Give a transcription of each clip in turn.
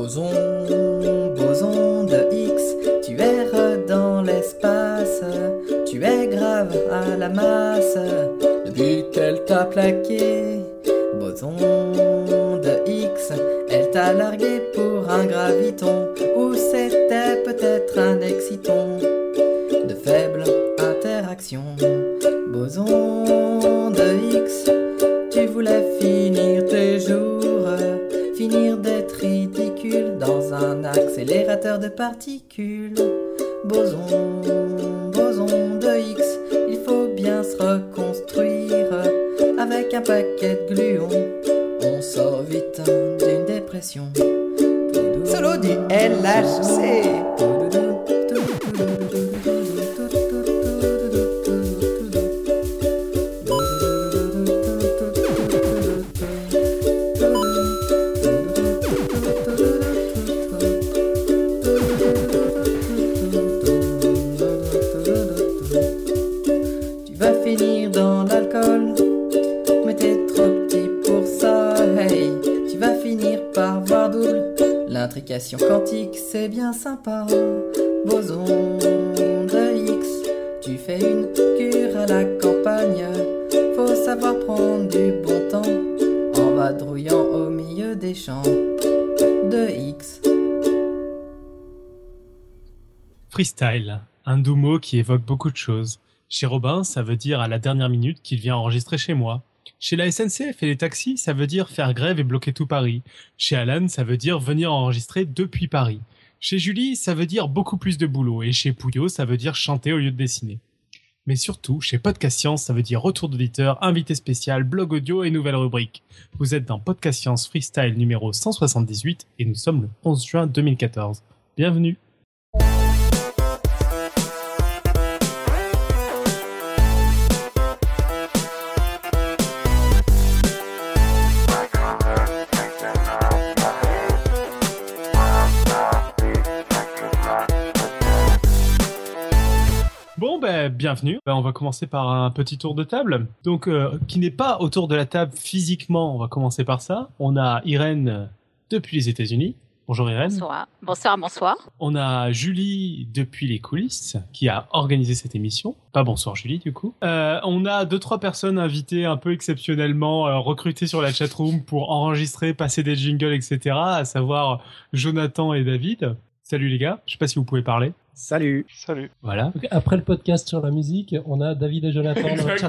Boson de X, tu erres dans l'espace, tu es grave à la masse, depuis qu'elle t'a plaqué. Boson de X, elle t'a largué pour un graviton, ou c'était peut-être un exciton de faible interaction. Boson de X, tu voulais finir tes jours, finir d'être ridicule dans un accélérateur de particules. Boson de X, il faut bien se reconstruire avec un paquet de gluons. On sort vite d'une dépression. Solo du LHC. L'intrication quantique, c'est bien sympa. Boson de X, tu fais une cure à la campagne. Faut savoir prendre du bon temps en vadrouillant au milieu des champs de X. Freestyle, un doux mot qui évoque beaucoup de choses. Chez Robin, ça veut dire à la dernière minute qu'il vient enregistrer chez moi. Chez la SNCF et les taxis, ça veut dire faire grève et bloquer tout Paris. Chez Alan, ça veut dire venir enregistrer depuis Paris. Chez Julie, ça veut dire beaucoup plus de boulot. Et chez Pouillot, ça veut dire chanter au lieu de dessiner. Mais surtout, chez Podcast Science, ça veut dire retour d'auditeur, invité spécial, blog audio et nouvelle rubrique. Vous êtes dans Podcast Science Freestyle numéro 178 et nous sommes le 11 juin 2014. Bienvenue. Bienvenue. On va commencer par un petit tour de table. Donc, qui n'est pas autour de la table physiquement, on va commencer par ça. On a Irène depuis les États-Unis. Bonjour Irène. Bonsoir. On a Julie depuis les coulisses, qui a organisé cette émission. Pas bonsoir Julie, du coup. On a 2-3 personnes invitées un peu exceptionnellement, recrutées sur la chatroom pour enregistrer, passer des jingles, etc. À savoir Jonathan et David. Salut les gars, je sais pas si vous pouvez parler. Salut. Voilà. Donc, après le podcast sur la musique, on a David et Jonathan dans le chat.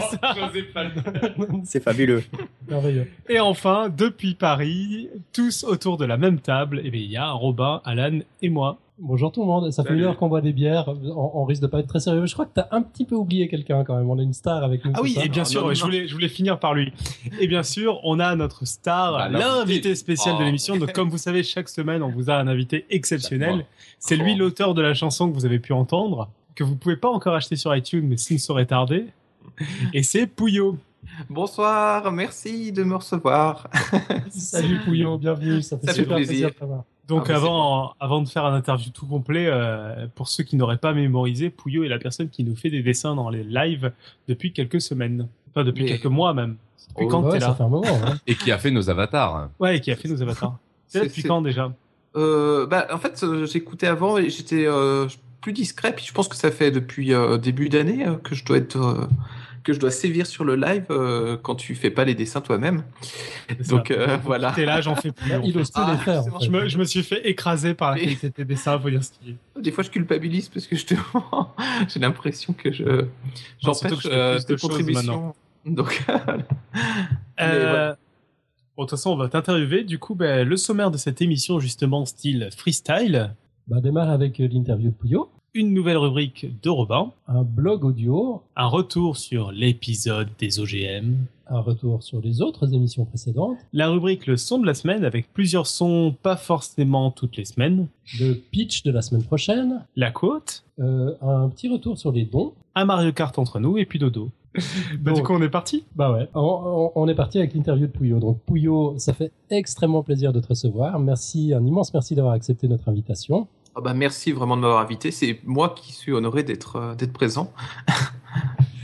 C'est fabuleux. Merveilleux. Et enfin, depuis Paris, tous autour de la même table, il y a Robin, Alan et moi. Bonjour tout le monde, ça fait une heure qu'on boit des bières, on risque de pas être très sérieux. Je crois que t'as un petit peu oublié quelqu'un quand même, on a une star avec nous. Ah oui, et bien sûr, je voulais finir par lui. Et bien sûr, on a notre star, l'invité spécial de l'émission. Donc comme vous savez, chaque semaine, on vous a un invité exceptionnel. C'est lui l'auteur de la chanson que vous avez pu entendre, que vous pouvez pas encore acheter sur iTunes, mais ce ne saurait tarder. Et c'est Pouillot. Bonsoir, merci de me recevoir. Salut Pouillot, bienvenue, ça fait super plaisir de t'avoir. Donc avant de faire un interview tout complet, pour ceux qui n'auraient pas mémorisé, Pouillot est la personne qui nous fait des dessins dans les lives depuis quelques semaines. Enfin, depuis quelques mois même. Depuis quand t'es là ? Ça fait un moment. Hein. Et qui a fait nos avatars. Ouais, et qui a fait nos avatars. C'est depuis quand déjà ? En fait, j'écoutais avant et j'étais plus discret. Puis je pense que ça fait depuis début d'année que je dois sévir sur le live quand tu fais pas les dessins toi-même. Donc voilà. T'es là, j'en fais plus. Il ose tout les faire. En fait. Je me suis fait écraser par la qualité de tes dessins, faut dire ce qu'il est. Des fois, je culpabilise parce que j'ai l'impression que j'empêche de contribution. Donc. Bon, de toute façon, on va t'interviewer. Du coup, le sommaire de cette émission, justement, style freestyle. Démarre avec l'interview de Pouillot. Une nouvelle rubrique de Robin. Un blog audio. Un retour sur l'épisode des OGM. Un retour sur les autres émissions précédentes. La rubrique Le son de la semaine avec plusieurs sons, pas forcément toutes les semaines. Le pitch de la semaine prochaine. La quote. Un petit retour sur les dons. Un Mario Kart entre nous et puis dodo. Du coup, on est parti ? Ouais. On est parti avec l'interview de Pouillot. Donc Pouillot, ça fait extrêmement plaisir de te recevoir. Merci, un immense merci d'avoir accepté notre invitation. Merci vraiment de m'avoir invité. C'est moi qui suis honoré d'être présent.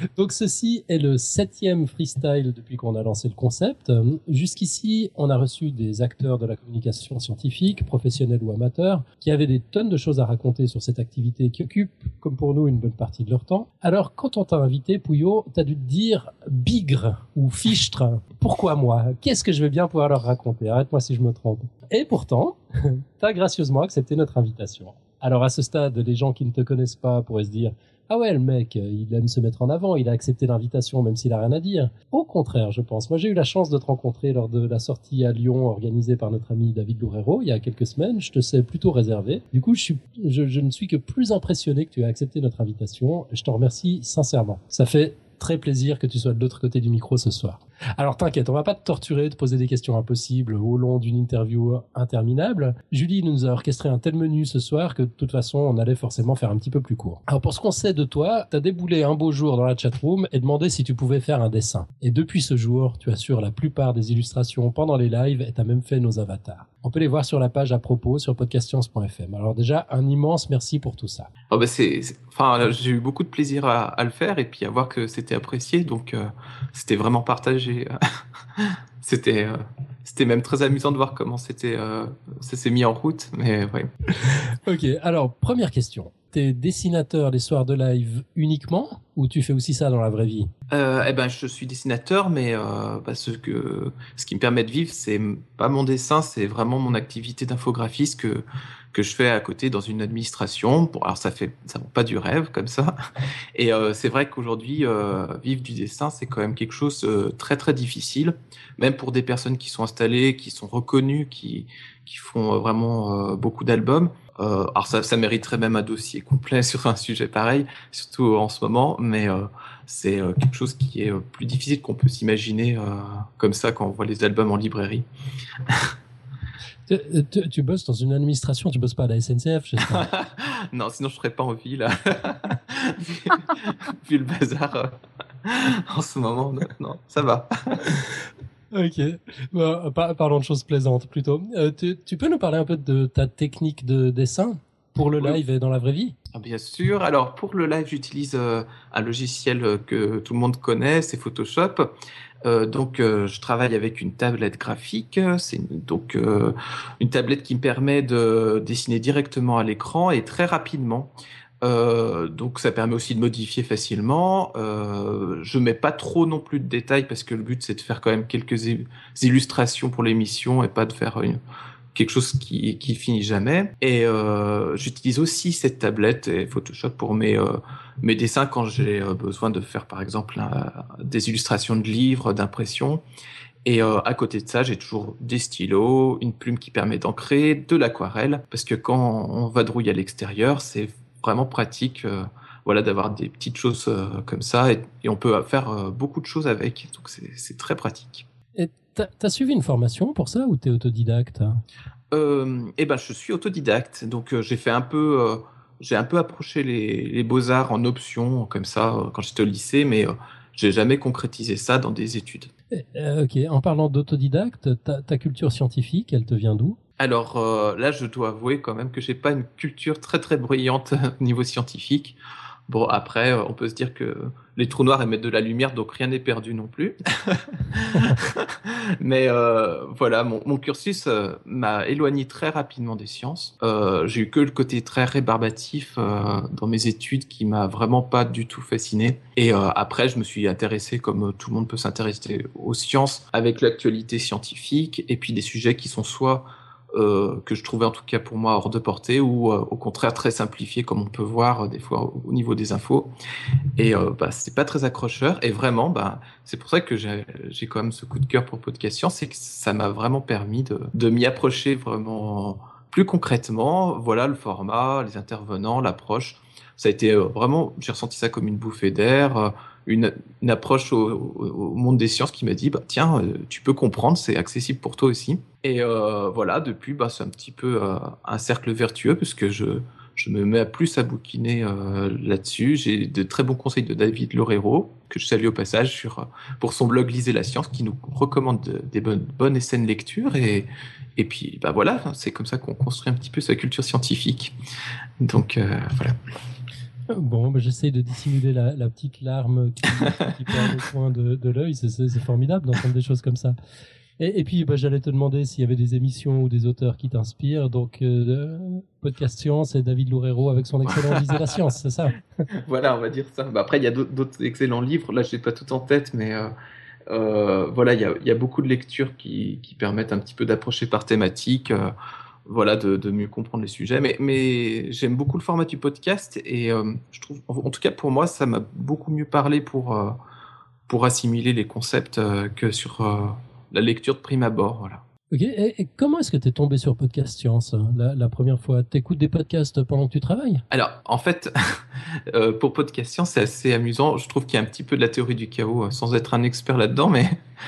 Donc ceci est le 7e freestyle depuis qu'on a lancé le concept. Jusqu'ici, on a reçu des acteurs de la communication scientifique, professionnels ou amateurs, qui avaient des tonnes de choses à raconter sur cette activité qui occupe, comme pour nous, une bonne partie de leur temps. Alors, quand on t'a invité, Pouillot, t'as dû te dire bigre ou fichtre. Pourquoi moi? Qu'est-ce que je vais bien pouvoir leur raconter? Arrête-moi si je me trompe. Et pourtant, t'as gracieusement accepté notre invitation. Alors à ce stade, les gens qui ne te connaissent pas pourraient se dire « Ah ouais, le mec, il aime se mettre en avant, il a accepté l'invitation même s'il a rien à dire. » Au contraire, je pense. Moi, j'ai eu la chance de te rencontrer lors de la sortie à Lyon organisée par notre ami David Loureiro il y a quelques semaines. Je te sais plutôt réservé. Du coup, je ne suis que plus impressionné que tu aies accepté notre invitation. Je t'en remercie sincèrement. Ça fait très plaisir que tu sois de l'autre côté du micro ce soir. Alors t'inquiète, on va pas te torturer, te poser des questions impossibles au long d'une interview interminable. Julie nous a orchestré un tel menu ce soir que de toute façon on allait forcément faire un petit peu plus court. Alors pour ce qu'on sait de toi, t'as déboulé un beau jour dans la chatroom et demandé si tu pouvais faire un dessin. Et depuis ce jour, tu assures la plupart des illustrations pendant les lives et t'as même fait nos avatars. On peut les voir sur la page à propos sur podcastscience.fm. Alors déjà, un immense merci pour tout ça. Oh bah enfin, j'ai eu beaucoup de plaisir à le faire et puis à voir que c'était apprécié, donc c'était vraiment partagé. C'était même très amusant de voir comment ça s'est mis en route, mais ouais. Ok, alors première question. T'es dessinateur les soirs de live uniquement ou tu fais aussi ça dans la vraie vie? Eh ben, je suis dessinateur, mais ce qui me permet de vivre, c'est pas mon dessin, c'est vraiment mon activité d'infographiste que je fais à côté dans une administration. Bon, alors ça vend pas du rêve comme ça. Et c'est vrai qu'aujourd'hui, vivre du dessin, c'est quand même quelque chose de très très difficile, même pour des personnes qui sont installées, qui sont reconnues, qui font vraiment beaucoup d'albums. Alors ça mériterait même un dossier complet sur un sujet pareil, surtout en ce moment, mais c'est quelque chose qui est plus difficile qu'on peut s'imaginer comme ça quand on voit les albums en librairie. Tu bosses dans une administration, tu bosses pas à la SNCF, j'espère. Non, sinon je serais pas en vie là. vu le bazar en ce moment, non, ça va. Ok, bon, parlons de choses plaisantes plutôt. Tu peux nous parler un peu de ta technique de dessin pour le live et dans la vraie vie? Ah, bien sûr. Alors pour le live, j'utilise un logiciel que tout le monde connaît, c'est Photoshop. Donc je travaille avec une tablette graphique. C'est une tablette qui me permet de dessiner directement à l'écran et très rapidement. Donc ça permet aussi de modifier facilement. Je mets pas trop non plus de détails parce que le but c'est de faire quand même quelques illustrations pour l'émission et pas de faire quelque chose qui finit jamais. Et j'utilise aussi cette tablette et Photoshop pour mes dessins quand j'ai besoin de faire par exemple des illustrations de livres, d'impressions. Et à côté de ça, j'ai toujours des stylos, une plume qui permet d'encrer, de l'aquarelle, parce que quand on vadrouille à l'extérieur, c'est vraiment pratique d'avoir des petites choses comme ça et on peut faire beaucoup de choses avec, donc c'est très pratique. Et t'as suivi une formation pour ça ou t'es autodidacte? Je suis autodidacte, donc j'ai un peu approché les beaux-arts en option comme ça quand j'étais au lycée, mais j'ai jamais concrétisé ça dans des études. Ok, en parlant d'autodidacte, ta culture scientifique, elle te vient d'où? Alors là, je dois avouer quand même que j'ai pas une culture très très brillante au niveau scientifique. Bon, après, on peut se dire que les trous noirs émettent de la lumière, donc rien n'est perdu non plus. Mais voilà, mon cursus m'a éloigné très rapidement des sciences. J'ai eu que le côté très rébarbatif dans mes études qui m'a vraiment pas du tout fasciné. Et après, je me suis intéressé, comme tout le monde peut s'intéresser aux sciences, avec l'actualité scientifique et puis des sujets qui sont soit que je trouvais en tout cas pour moi hors de portée ou au contraire très simplifié comme on peut voir des fois au niveau des infos et c'est pas très accrocheur et vraiment c'est pour ça que j'ai quand même ce coup de cœur pour Podcast Science, c'est que ça m'a vraiment permis de m'y approcher vraiment plus concrètement. Voilà le format, les intervenants, l'approche, ça a été vraiment, j'ai ressenti ça comme une bouffée d'air, une approche au monde des sciences qui m'a dit tiens, tu peux comprendre, c'est accessible pour toi aussi. Et voilà, depuis c'est un petit peu un cercle vertueux parce que je me mets plus à bouquiner là-dessus. J'ai de très bons conseils de David Loureiro que je salue au passage pour son blog Lisez la science qui nous recommande des bonnes et saines lectures et puis voilà, c'est comme ça qu'on construit un petit peu sa culture scientifique. Donc voilà. Bon, bah, j'essaye de dissimuler la petite larme qui perd au coin de l'œil. C'est formidable d'entendre des choses comme ça. Et puis, bah, j'allais te demander s'il y avait des émissions ou des auteurs qui t'inspirent. Donc, Podcast Science et David Loureiro avec son excellent Viser la science, c'est ça? Voilà, on va dire ça. Bah, après, il y a d'autres excellents livres. Là, je n'ai pas tout en tête, mais voilà, il y a beaucoup de lectures qui permettent un petit peu d'approcher par thématique, voilà, de mieux comprendre les sujets. Mais j'aime beaucoup le format du podcast et je trouve, en tout cas pour moi, ça m'a beaucoup mieux parlé pour assimiler les concepts que sur la lecture de prime abord. Voilà. Ok, et comment est-ce que tu es tombé sur Podcast Science la première fois? T'écoutes des podcasts pendant que tu travailles? Alors, en fait, pour Podcast Science, c'est assez amusant. Je trouve qu'il y a un petit peu de la théorie du chaos, sans être un expert là-dedans, mais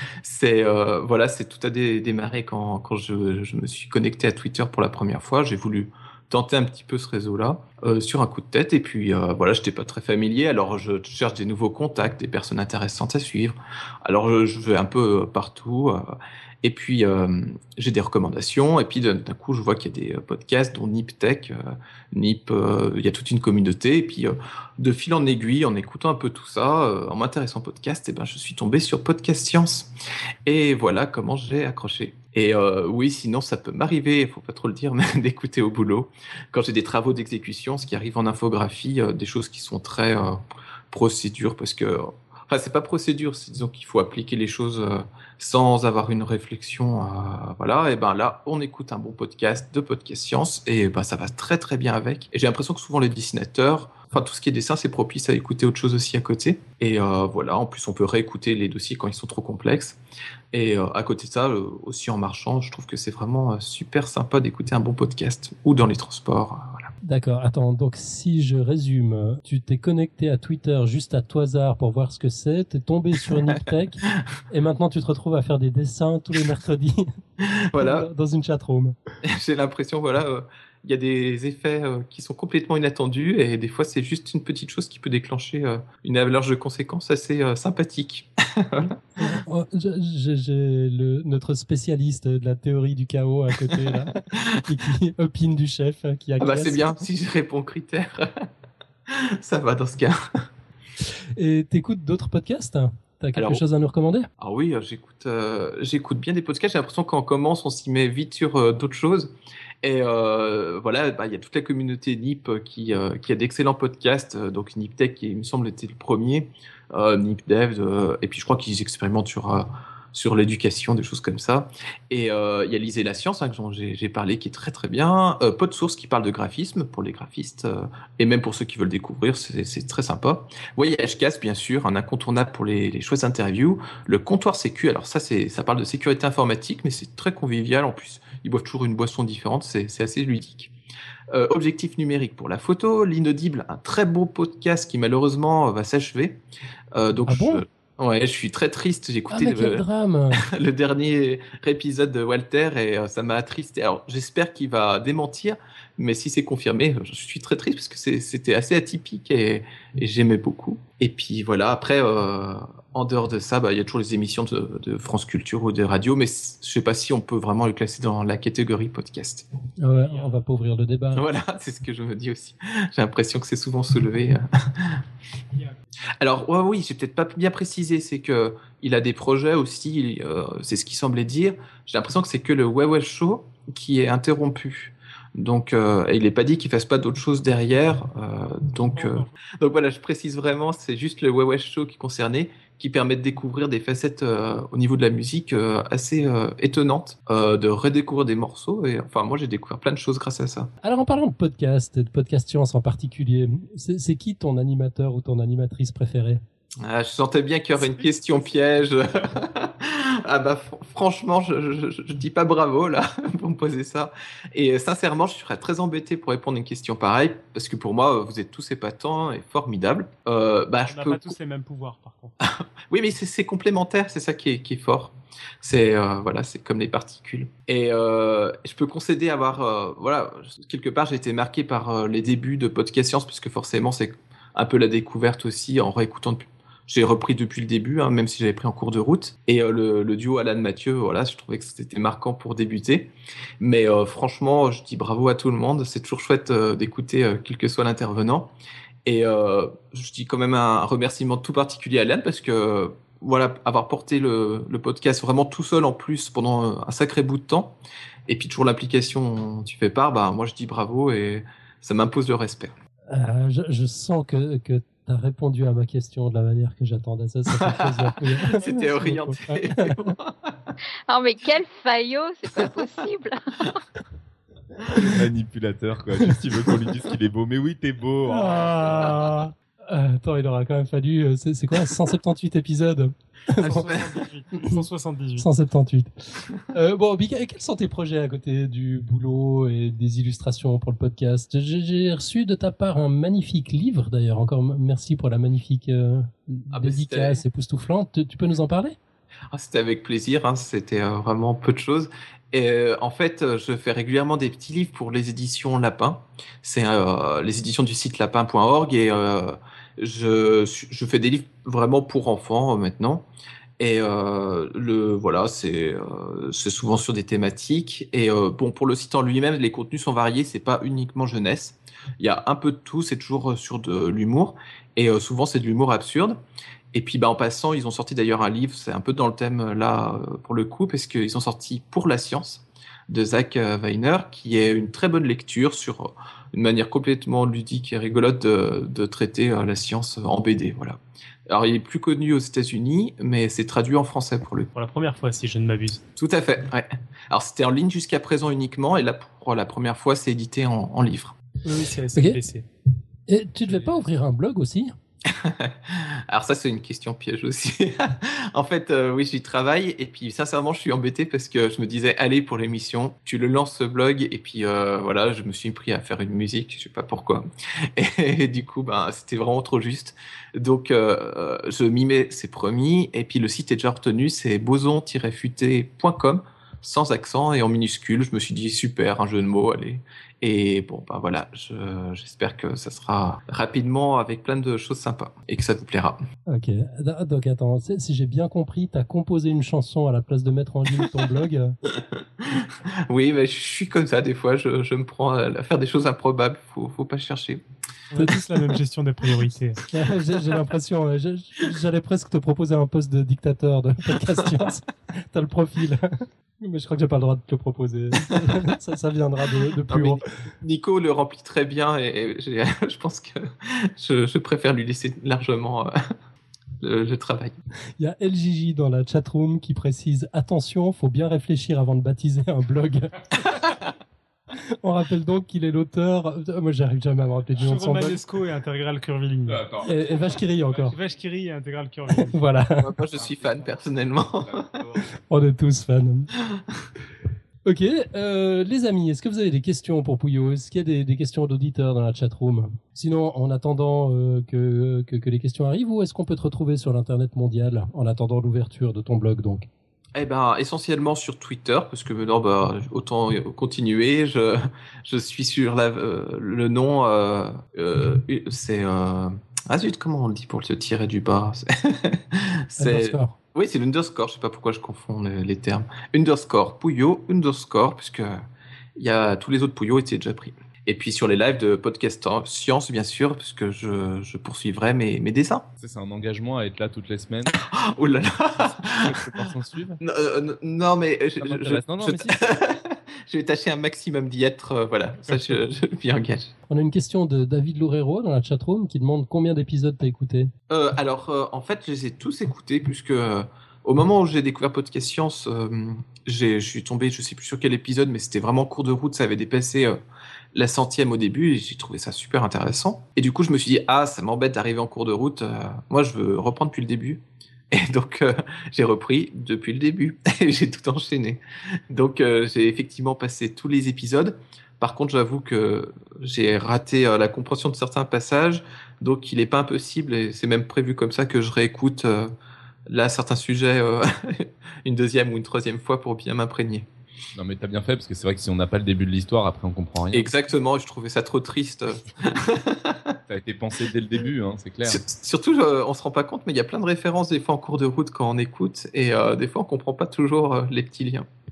voilà, c'est tout a démarré quand je me suis connecté à Twitter pour la première fois. J'ai voulu tenter un petit peu ce réseau-là sur un coup de tête, et puis voilà, j'étais pas très familier. Alors, je cherche des nouveaux contacts, des personnes intéressantes à suivre. Alors, je vais un peu partout. Et puis, j'ai des recommandations. Et puis, d'un coup, je vois qu'il y a des podcasts, dont NipTech. Nip, il y a toute une communauté. Et puis, de fil en aiguille, en écoutant un peu tout ça, en m'intéressant au podcast, je suis tombé sur Podcast Science. Et voilà comment j'ai accroché. Et oui, sinon, ça peut m'arriver, il faut pas trop le dire, mais d'écouter au boulot. Quand j'ai des travaux d'exécution, ce qui arrive en infographie, des choses qui sont très procédures, parce que... Enfin, c'est pas procédure, c'est disons qu'il faut appliquer les choses sans avoir une réflexion. Voilà, et ben là, on écoute un bon podcast de Podcast Science et ben ça va très très bien avec. Et j'ai l'impression que souvent les dessinateurs, enfin tout ce qui est dessin, c'est propice à écouter autre chose aussi à côté. Et voilà, en plus on peut réécouter les dossiers quand ils sont trop complexes. Et à côté de ça, aussi en marchant, je trouve que c'est vraiment super sympa d'écouter un bon podcast ou dans les transports. Voilà. D'accord, attends, donc si je résume, tu t'es connecté à Twitter juste à tout hasard pour voir ce que c'est, t'es tombé sur NipTech et maintenant tu te retrouves à faire des dessins tous les mercredis Voilà. dans une chatroom. J'ai l'impression, voilà, il y a des effets qui sont complètement inattendus et des fois c'est juste une petite chose qui peut déclencher une avalanche de conséquences assez sympathique. J'ai notre spécialiste de la théorie du chaos à côté là, qui opine du chef, qui Ah bah agresse. c'est bien, si je réponds aux critères, ça va dans ce cas. Et t'écoutes d'autres podcasts? T'as quelque Alors, chose à nous recommander? ah oui, j'écoute bien des podcasts. J'ai l'impression que quand on commence, on s'y met vite sur d'autres choses. Et voilà, bah, il y a toute la communauté Nip qui a d'excellents podcasts. Donc NipTech, qui il me semble était le premier, NipDev, et puis je crois qu'ils expérimentent sur l'éducation, des choses comme ça. Et il y a Liser la science, hein, dont j'ai parlé, qui est très très bien. PodSource qui parle de graphisme pour les graphistes et même pour ceux qui veulent découvrir, c'est très sympa. Voyagecast, bien sûr, un incontournable pour les chouettes interviews. Le comptoir sécu, alors ça parle de sécurité informatique, mais c'est très convivial. En plus, ils boivent toujours une boisson différente, c'est assez ludique. Objectif numérique pour la photo, l'inaudible, un très beau podcast qui malheureusement va s'achever. Donc Ah bon? Ouais, je suis très triste. J'ai Ah écouté mais quel drame! le dernier épisode de Walter et ça m'a attristé. Alors, j'espère qu'il va démentir, mais si c'est confirmé, je suis très triste parce que c'était assez atypique et j'aimais beaucoup. Et puis voilà, après, en dehors de ça, il y a toujours les émissions de France Culture ou de radio, mais je sais pas si on peut vraiment le classer dans la catégorie podcast. Ouais, on va pas ouvrir le débat. Voilà, c'est ce que je me dis aussi. J'ai l'impression que c'est souvent soulevé. Alors, oui, j'ai peut-être pas bien précisé, c'est que il a des projets aussi, c'est ce qu'il semblait dire. J'ai l'impression que c'est que le Wewe Show qui est interrompu. Donc, il n'est pas dit qu'il fasse pas d'autres choses derrière. Donc voilà, je précise vraiment, c'est juste le Wewe Show qui est concerné, qui permet de découvrir des facettes au niveau de la musique assez étonnantes, de redécouvrir des morceaux. Et enfin, moi, j'ai découvert plein de choses grâce à ça. Alors, en parlant de podcast et de Podcast Science en particulier, c'est qui ton animateur ou ton animatrice préférée? Je sentais bien qu'il y aurait une question piège. Ah bah franchement, je dis pas bravo là pour me poser ça. Et sincèrement, je serais très embêté pour répondre à une question pareille parce que pour moi, vous êtes tous épatants et formidables. On n'a pas tous les mêmes pouvoirs par contre. Oui, mais c'est complémentaire, c'est ça qui est fort. C'est voilà, c'est comme les particules. Et je peux concéder avoir voilà, quelque part, j'ai été marqué par les débuts de Podcast Science parce que forcément, c'est un peu la découverte aussi en réécoutant. J'ai repris depuis le début, hein, même si j'avais pris en cours de route. Et le duo Alan-Mathieu, voilà, je trouvais que c'était marquant pour débuter. Mais franchement, je dis bravo à tout le monde. C'est toujours chouette d'écouter quel que soit l'intervenant. Et je dis quand même un remerciement tout particulier à Léane parce que voilà, avoir porté le podcast vraiment tout seul en plus pendant un sacré bout de temps, et puis toujours l'application tu fais part, bah moi je dis bravo et ça m'impose le respect. Je sens que tu as répondu à ma question de la manière que j'attendais. Ça fait plaisir. C'était orienté. Ah, mais quel faillot, c'est pas possible. Manipulateur, quoi. Juste, il veut qu'on lui dise qu'il est beau. Mais oui, t'es beau. Attends, il aura quand même fallu... C'est quoi, 178 épisodes 178. 178. Bon, quels sont tes projets à côté du boulot et des illustrations pour le podcast? J'ai reçu de ta part un magnifique livre, d'ailleurs. Encore merci pour la magnifique dédicace époustouflante. Tu peux nous en parler? C'était avec plaisir, hein. C'était vraiment peu de choses. Et en fait, je fais régulièrement des petits livres pour les éditions Lapin. C'est les éditions du site lapin.org et je fais des livres vraiment pour enfants maintenant. Et voilà, c'est souvent sur des thématiques. Et bon, pour le site en lui-même, les contenus sont variés. C'est pas uniquement jeunesse. Il y a un peu de tout. C'est toujours sur de l'humour et souvent c'est de l'humour absurde. Et puis, en passant, ils ont sorti d'ailleurs un livre, c'est un peu dans le thème là, pour le coup, parce qu'ils ont sorti Pour la science de Zach Weiner, qui est une très bonne lecture sur une manière complètement ludique et rigolote de traiter la science en BD. Voilà. Alors, il est plus connu aux États-Unis, mais c'est traduit en français pour le coup. Pour la première fois, si je ne m'abuse. Tout à fait, ouais. Alors, c'était en ligne jusqu'à présent uniquement, et là, pour la première fois, c'est édité en livre. Oui, c'est okay. Et tu devais pas ouvrir un blog aussi? Alors ça, c'est une question piège aussi. En fait, oui, j'y travaille et puis sincèrement, je suis embêté parce que je me disais, allez, pour l'émission, tu le lances ce blog et puis voilà, je me suis pris à faire une musique, je sais pas pourquoi. Et du coup, c'était vraiment trop juste. Donc, je m'y mets, c'est promis. Et puis le site est déjà retenu, c'est boson-futé.com, sans accent et en minuscule. Je me suis dit, super, un jeu de mots, allez. Et bon, voilà, j'espère que ça sera rapidement avec plein de choses sympas et que ça vous plaira. Ok, donc attends, si j'ai bien compris, t'as composé une chanson à la place de mettre en ligne ton blog. Oui, mais je suis comme ça des fois, je me prends à faire des choses improbables, faut pas chercher. On a tous la même gestion des priorités. J'ai l'impression, j'allais presque te proposer un poste de dictateur de podcast science. T'as le profil. Mais je crois que j'ai pas le droit de te le proposer. ça viendra de plus haut. Nico le remplit très bien et je pense que je préfère lui laisser largement le travail. Il y a LJJ dans la chatroom qui précise « Attention, faut bien réfléchir avant de baptiser un blog ». On rappelle donc qu'il est l'auteur... Moi, j'arrive jamais à me rappeler du nom de son blog. Romanesco et Integral Curviligne. Et Vachkiri encore. Vachkiri et Integral Curviligne. Voilà. Moi, je suis fan, personnellement. On est tous fans. Ok, les amis, est-ce que vous avez des questions pour Pouillot? Est-ce qu'il y a des questions d'auditeurs dans la chatroom? Sinon, en attendant que les questions arrivent, où est-ce qu'on peut te retrouver sur l'internet mondial, en attendant l'ouverture de ton blog, donc? Essentiellement sur Twitter, parce que maintenant, autant continuer. Je suis sur le nom, c'est... Ah zut, comment on le dit pour le tirer du bas? C'est... Oui, c'est l'underscore, je sais pas pourquoi je confonds les termes. Underscore Pouillot, underscore, puisque il y a tous les autres Pouillots étaient déjà pris. Et puis sur les lives de podcast science, bien sûr, puisque je poursuivrai mes dessins. C'est un engagement à être là toutes les semaines. Oh là là. Non, mais je vais tâcher un maximum d'y être. Voilà, ça je m'y engage. On a une question de David Loureiro dans la chatroom qui demande combien d'épisodes t'as écouté. En fait, je les ai tous écoutés puisque au moment où j'ai découvert Podcast Science, je suis tombé, je sais plus sur quel épisode, mais c'était vraiment en cours de route, ça avait dépassé la 100e au début et j'ai trouvé ça super intéressant. Et du coup, je me suis dit, ça m'embête d'arriver en cours de route, moi je veux reprendre depuis le début. Et donc, j'ai repris depuis le début et j'ai tout enchaîné. Donc, j'ai effectivement passé tous les épisodes. Par contre, j'avoue que j'ai raté la compréhension de certains passages, donc il n'est pas impossible, et c'est même prévu comme ça, que je réécoute là certains sujets une deuxième ou une troisième fois pour bien m'imprégner. Non mais t'as bien fait, parce que c'est vrai que si on n'a pas le début de l'histoire, après on comprend rien. Exactement, je trouvais ça trop triste. Ça a été pensé dès le début, hein, c'est clair. Surtout, on se rend pas compte, mais il y a plein de références des fois en cours de route quand on écoute, et des fois on comprend pas toujours les petits liens.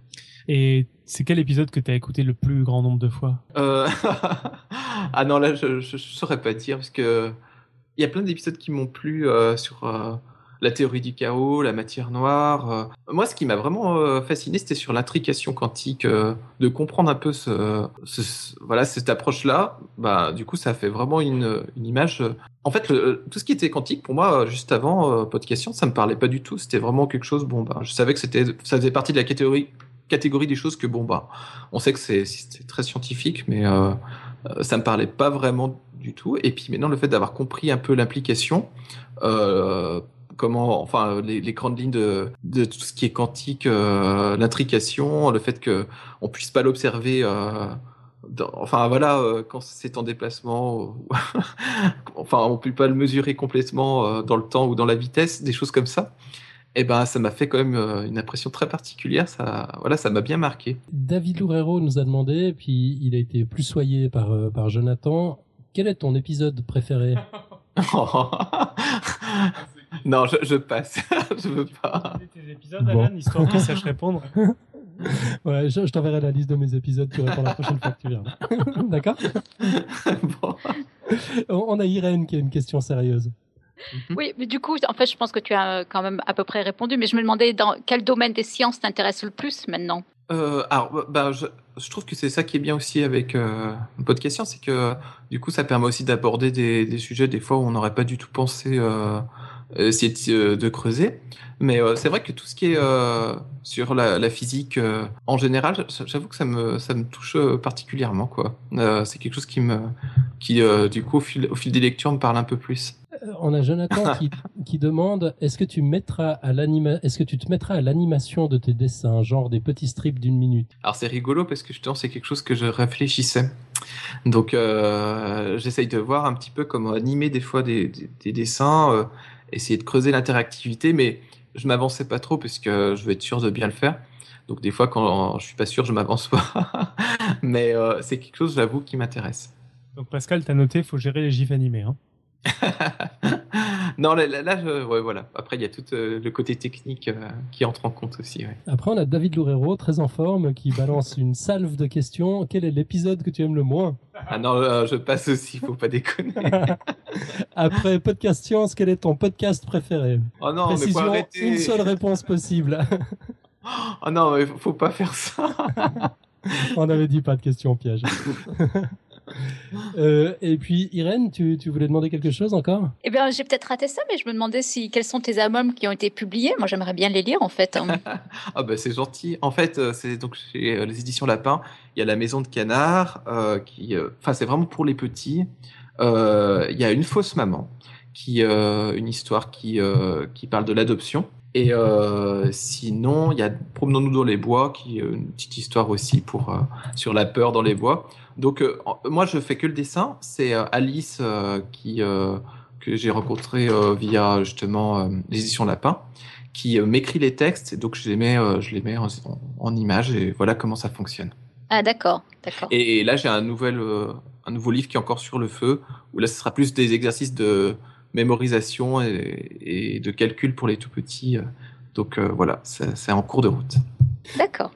Et c'est quel épisode que t'as écouté le plus grand nombre de fois? Ah non, là, je saurais pas dire, parce que il y a plein d'épisodes qui m'ont plu sur la théorie du chaos, la matière noire. Moi, ce qui m'a vraiment fasciné, c'était sur l'intrication quantique, de comprendre un peu voilà, cette approche-là. Bah, du coup, ça fait vraiment une image. En fait, tout ce qui était quantique, pour moi, juste avant Podcast Science, ça me parlait pas du tout. C'était vraiment quelque chose. Bon, bah, je savais que ça faisait partie de la catégorie des choses que bon, bah, on sait que c'est très scientifique, mais ça me parlait pas vraiment du tout. Et puis maintenant, le fait d'avoir compris un peu l'implication, comment, enfin, les grandes lignes de tout ce qui est quantique, l'intrication, le fait que on puisse pas l'observer, enfin voilà, quand c'est en déplacement, enfin, on peut pas le mesurer complètement dans le temps ou dans la vitesse, des choses comme ça. Et ben, ça m'a fait quand même une impression très particulière. Ça, voilà, ça m'a bien marqué. David Loureiro nous a demandé, puis il a été plus soyé par Jonathan, quel est ton épisode préféré? Non, je passe. Je veux pas. Tes épisodes, Alan, histoire qu'il sache répondre. Ouais, je t'enverrai la liste de mes épisodes, tu réponds la prochaine fois que tu viens. D'accord? Bon. On a Irène qui a une question sérieuse. Oui, mais du coup, en fait, je pense que tu as quand même à peu près répondu, mais je me demandais dans quel domaine des sciences t'intéresse le plus maintenant? Alors, bah, je trouve que c'est ça qui est bien aussi avec Podcast Science, c'est que du coup, ça permet aussi d'aborder des sujets des fois où on n'aurait pas du tout pensé essayer de creuser. Mais c'est vrai que tout ce qui est sur la physique en général, j'avoue que ça me touche particulièrement, quoi. C'est quelque chose qui du coup, au fil des lectures, me parle un peu plus. On a Jonathan qui demande est-ce que tu te mettras à l'animation de tes dessins, genre des petits strips d'1 minute? Alors c'est rigolo parce que justement c'est quelque chose que je réfléchissais. Donc j'essaye de voir un petit peu comment animer des fois des dessins, essayer de creuser l'interactivité, mais je m'avançais pas trop parce que je veux être sûr de bien le faire. Donc des fois quand je suis pas sûr, je m'avance pas. Mais c'est quelque chose, j'avoue, qui m'intéresse. Donc Pascal, t'as noté, faut gérer les gifs animés, hein. Non, là ouais, voilà. Après, il y a tout le côté technique qui entre en compte aussi. Ouais. Après, on a David Loureiro, très en forme, qui balance une salve de questions. Quel est l'épisode que tu aimes le moins? Ah non, je passe aussi, faut pas déconner. Après Podcast Science, quel est ton podcast préféré? Oh non, Précision, mais faut arrêter. une seule réponse possible. Oh non, mais faut pas faire ça. On avait dit pas de questions pièges. Et puis Irène, tu voulais demander quelque chose encore? Eh bien, j'ai peut-être raté ça, mais je me demandais quels sont tes albums qui ont été publiés. Moi, j'aimerais bien les lire, en fait. Ah bah c'est gentil. En fait, c'est donc chez les éditions Lapin, il y a La Maison de Canard, enfin c'est vraiment pour les petits. Il y a Une fausse maman, une histoire qui parle de l'adoption. Et sinon, il y a Promenons-nous dans les bois, qui est une petite histoire aussi sur la peur dans les bois. Donc, moi, je fais que le dessin. C'est Alice que j'ai rencontrée via justement les éditions Lapin, qui m'écrit les textes. Et donc, je les mets en images et voilà comment ça fonctionne. Ah, d'accord. Et là, j'ai un nouveau livre qui est encore sur le feu, où là, ce sera plus des exercices de mémorisation et de calcul pour les tout petits. Donc voilà, c'est en cours de route. D'accord.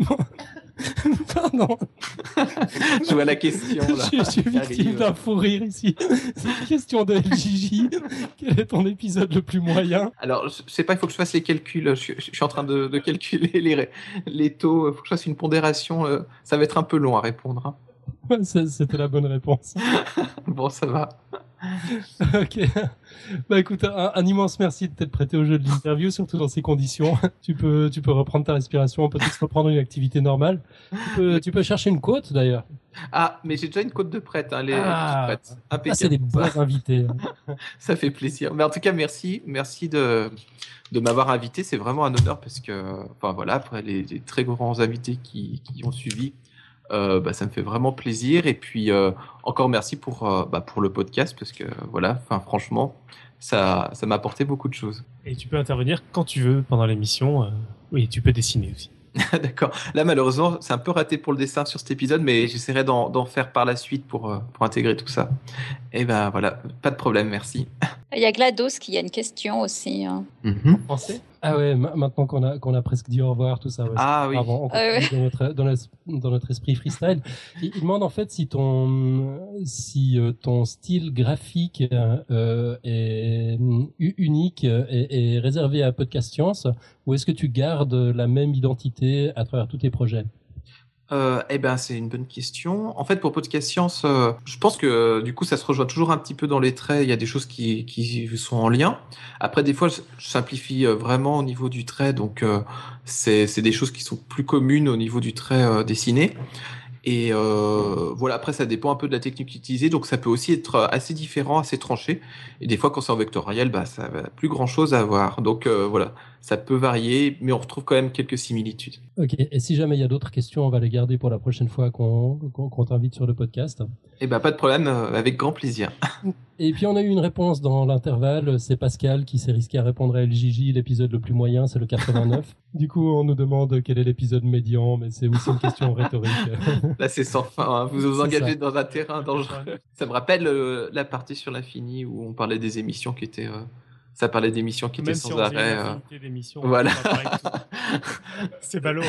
Pardon. Je vois la question là. Je suis victime d'un fou rire ici. C'est une question de LJJ. Quel est ton épisode le plus moyen? Alors, je sais pas, il faut que je fasse les calculs. Je suis en train de calculer les taux. Il faut que je fasse une pondération. Ça va être un peu long à répondre. Hein. Ouais, c'était la bonne réponse. Bon, ça va. Ok. Bah écoute, un immense merci de t'être prêté au jeu de l'interview, surtout dans ces conditions. Tu peux reprendre ta respiration, peut-être reprendre une activité normale. Tu peux chercher une côte d'ailleurs. Ah, mais j'ai déjà une côte de prête, hein, les prêtes. Impeccable. C'est des bons invités. Ça fait plaisir. Mais en tout cas, merci de m'avoir invité. C'est vraiment un honneur parce que, enfin voilà, après les très grands invités qui ont suivi. Ça me fait vraiment plaisir et puis encore merci pour le podcast parce que voilà, enfin franchement ça m'a apporté beaucoup de choses. Et tu peux intervenir quand tu veux pendant l'émission. Oui, tu peux dessiner aussi. D'accord. Là malheureusement c'est un peu raté pour le dessin sur cet épisode, mais j'essaierai d'en faire par la suite pour intégrer tout ça. Et ben voilà, pas de problème, merci. Il y a GLaDOS qui a une question aussi. En français ? Ah ouais, maintenant qu'on a presque dit au revoir, tout ça. Ouais, Ah oui. Avant, on continue dans notre esprit freestyle. Il demande en fait si ton style graphique est unique et réservé à Podcast Science, ou est-ce que tu gardes la même identité à travers tous tes projets? C'est une bonne question. En fait, pour Podcast Science, je pense que du coup, ça se rejoint toujours un petit peu dans les traits. Il y a des choses qui sont en lien. Après, des fois, je simplifie vraiment au niveau du trait, donc c'est des choses qui sont plus communes au niveau du trait dessiné. Et voilà, après, ça dépend un peu de la technique utilisée, donc ça peut aussi être assez différent, assez tranché. Et des fois, quand c'est en vectoriel, ça n'a plus grand-chose à voir. Donc voilà, ça peut varier, mais on retrouve quand même quelques similitudes. Ok, et si jamais il y a d'autres questions, on va les garder pour la prochaine fois qu'on t'invite sur le podcast. Pas de problème, avec grand plaisir. Et puis on a eu une réponse dans l'intervalle, c'est Pascal qui s'est risqué à répondre à LJJ, l'épisode le plus moyen, c'est le 89. Du coup, on nous demande quel est l'épisode médian, mais c'est aussi une question rhétorique. Là, c'est sans fin, hein. Vous vous engagez ça. dans un terrain dangereux. Ça me rappelle la partie sur l'infini où on parlait des émissions qui étaient... Ça parlait d'émissions qui étaient sans Même si on arrêt. faisait une infinité d'émissions, Voilà. C'est ballot.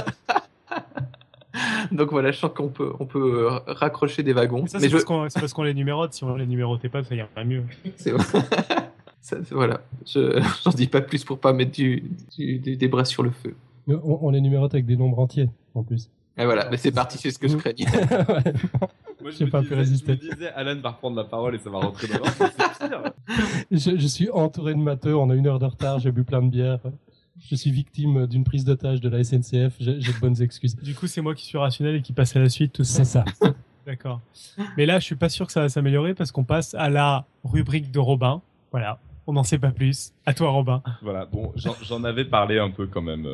Donc voilà, je sens qu'on peut raccrocher des wagons. Mais ça, c'est parce qu'on les numérote. Si on les numérotait pas, ça irait pas mieux. C'est voilà. J'en dis pas plus pour pas mettre des bras sur le feu. On les numérote avec des nombres entiers, en plus. Et voilà, mais c'est parti, c'est ce que je craignais. Ouais. Moi, J'ai pas pu résister. Je me disais, Alan va reprendre la parole et ça va rentrer dans l'ordre, mais c'est pire. Je suis entouré de matheux, on a 1 heure de retard, j'ai bu plein de bière. Je suis victime d'une prise d'otage de la SNCF, j'ai de bonnes excuses. Du coup, c'est moi qui suis rationnel et qui passe à la suite, tout ça. C'est ça. D'accord. Mais là, je suis pas sûr que ça va s'améliorer parce qu'on passe à la rubrique de Robin. Voilà. On n'en sait pas plus. À toi, Robin. Voilà, bon, j'en avais parlé un peu quand même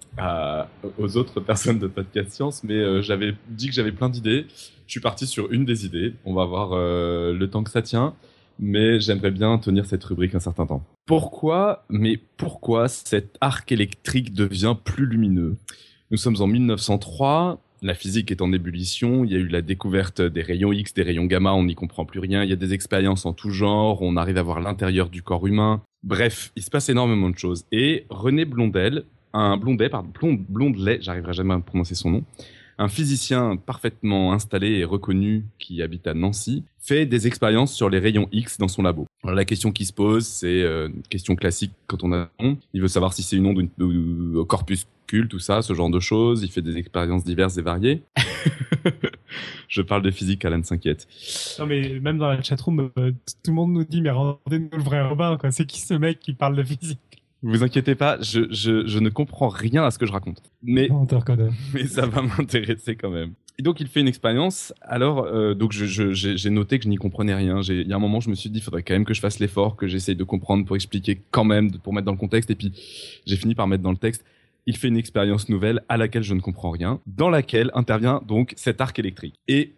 aux autres personnes de Podcast Science, mais j'avais dit que j'avais plein d'idées. Je suis parti sur une des idées. On va voir le temps que ça tient. Mais j'aimerais bien tenir cette rubrique un certain temps. Pourquoi cet arc électrique devient plus lumineux? Nous sommes en 1903, la physique est en ébullition, il y a eu la découverte des rayons X, des rayons gamma, on n'y comprend plus rien, il y a des expériences en tout genre, on arrive à voir l'intérieur du corps humain. Bref, il se passe énormément de choses. Et René Blondelet, j'arriverai jamais à prononcer son nom, un physicien parfaitement installé et reconnu qui habite à Nancy, fait des expériences sur les rayons X dans son labo. Alors la question qui se pose, c'est une question classique quand on a un onde. Il veut savoir si c'est une onde ou corpuscule, tout ça, ce genre de choses. Il fait des expériences diverses et variées. Je parle de physique, Alan s'inquiète. Non mais même dans la chatroom, tout le monde nous dit mais rendez-nous le vrai Robin, quoi. C'est qui ce mec qui parle de physique? Vous inquiétez pas, je ne comprends rien à ce que je raconte. Mais, On te reconnaît. mais ça va m'intéresser quand même. Et donc il fait une expérience. Alors donc j'ai noté que je n'y comprenais rien. Il y a un moment je me suis dit il faudrait quand même que je fasse l'effort, que j'essaye de comprendre pour expliquer quand même, pour mettre dans le contexte. Et puis j'ai fini par mettre dans le texte. Il fait une expérience nouvelle à laquelle je ne comprends rien, dans laquelle intervient donc cet arc électrique. Et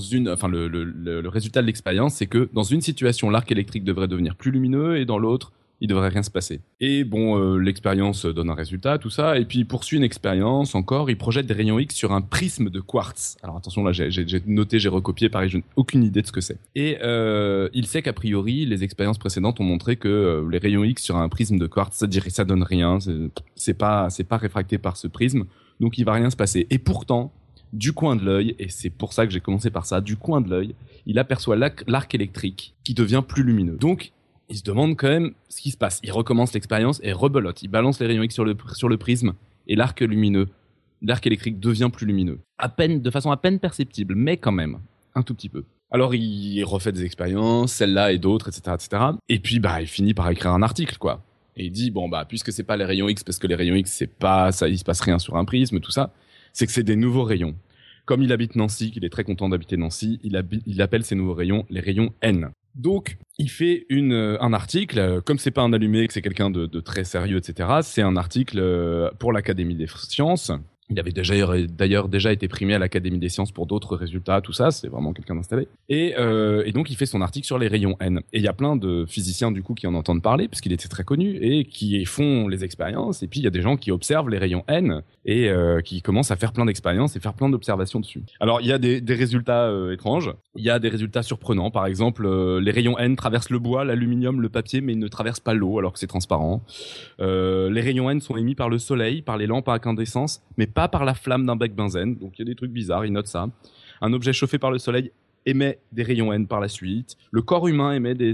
le résultat de l'expérience, c'est que dans une situation l'arc électrique devrait devenir plus lumineux et dans l'autre il devrait rien se passer. Et bon, l'expérience donne un résultat, tout ça, et puis il poursuit une expérience encore, il projette des rayons X sur un prisme de quartz. Alors attention, là j'ai noté, j'ai recopié, pareil, je n'ai aucune idée de ce que c'est. Et il sait qu'a priori, les expériences précédentes ont montré que les rayons X sur un prisme de quartz, ça donne rien, c'est pas réfracté par ce prisme, donc il va rien se passer. Et pourtant, du coin de l'œil, et c'est pour ça que j'ai commencé par ça, du coin de l'œil, il aperçoit l'arc électrique qui devient plus lumineux. Donc, il se demande quand même ce qui se passe. Il recommence l'expérience et rebelote. Il balance les rayons X sur le prisme et l'arc électrique devient plus lumineux. De façon à peine perceptible, mais quand même, un tout petit peu. Alors il refait des expériences, celle-là et d'autres, etc., etc. Et puis il finit par écrire un article, quoi. Et il dit puisque c'est pas les rayons X, parce que les rayons X c'est pas ça, il se passe rien sur un prisme, tout ça, c'est que c'est des nouveaux rayons. Comme il habite Nancy, qu'il est très content d'habiter Nancy, il appelle ces nouveaux rayons les rayons N. Donc, il fait un article, comme c'est pas un allumé, que c'est quelqu'un de très sérieux, etc., c'est un article pour l'Académie des sciences. Il avait d'ailleurs déjà été primé à l'Académie des sciences pour d'autres résultats, tout ça, c'est vraiment quelqu'un d'installé. Et donc il fait son article sur les rayons N. Et il y a plein de physiciens du coup qui en entendent parler, parce qu'il était très connu, et qui font les expériences. Et puis il y a des gens qui observent les rayons N, et qui commencent à faire plein d'expériences et faire plein d'observations dessus. Alors il y a des résultats étranges, il y a des résultats surprenants. Par exemple, les rayons N traversent le bois, l'aluminium, le papier, mais ils ne traversent pas l'eau alors que c'est transparent. Les rayons N sont émis par le soleil, par les lampes à incandescence, mais pas par la flamme d'un bec benzène. Donc il y a des trucs bizarres, il note ça. Un objet chauffé par le soleil émet des rayons N par la suite. Le corps humain émet des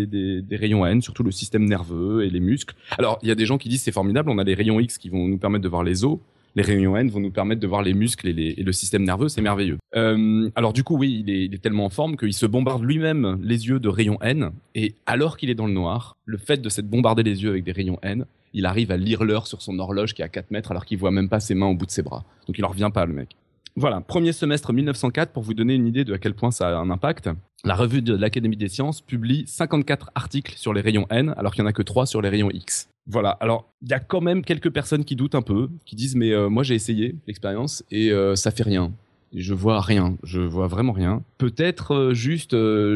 rayons N, surtout le système nerveux et les muscles. Alors il y a des gens qui disent c'est formidable, on a les rayons X qui vont nous permettre de voir les os. Les rayons N vont nous permettre de voir les muscles et le système nerveux, c'est merveilleux. Alors du coup, oui, il est tellement en forme qu'il se bombarde lui-même les yeux de rayons N, et alors qu'il est dans le noir, le fait de s'être bombardé les yeux avec des rayons N, il arrive à lire l'heure sur son horloge qui est à 4 mètres alors qu'il voit même pas ses mains au bout de ses bras. Donc il en revient pas, le mec. Voilà, premier semestre 1904, pour vous donner une idée de à quel point ça a un impact. La revue de l'Académie des sciences publie 54 articles sur les rayons N, alors qu'il n'y en a que 3 sur les rayons X. Voilà, alors il y a quand même quelques personnes qui doutent un peu, qui disent mais moi j'ai essayé l'expérience et ça fait rien. Je vois rien, je vois vraiment rien. Peut-être juste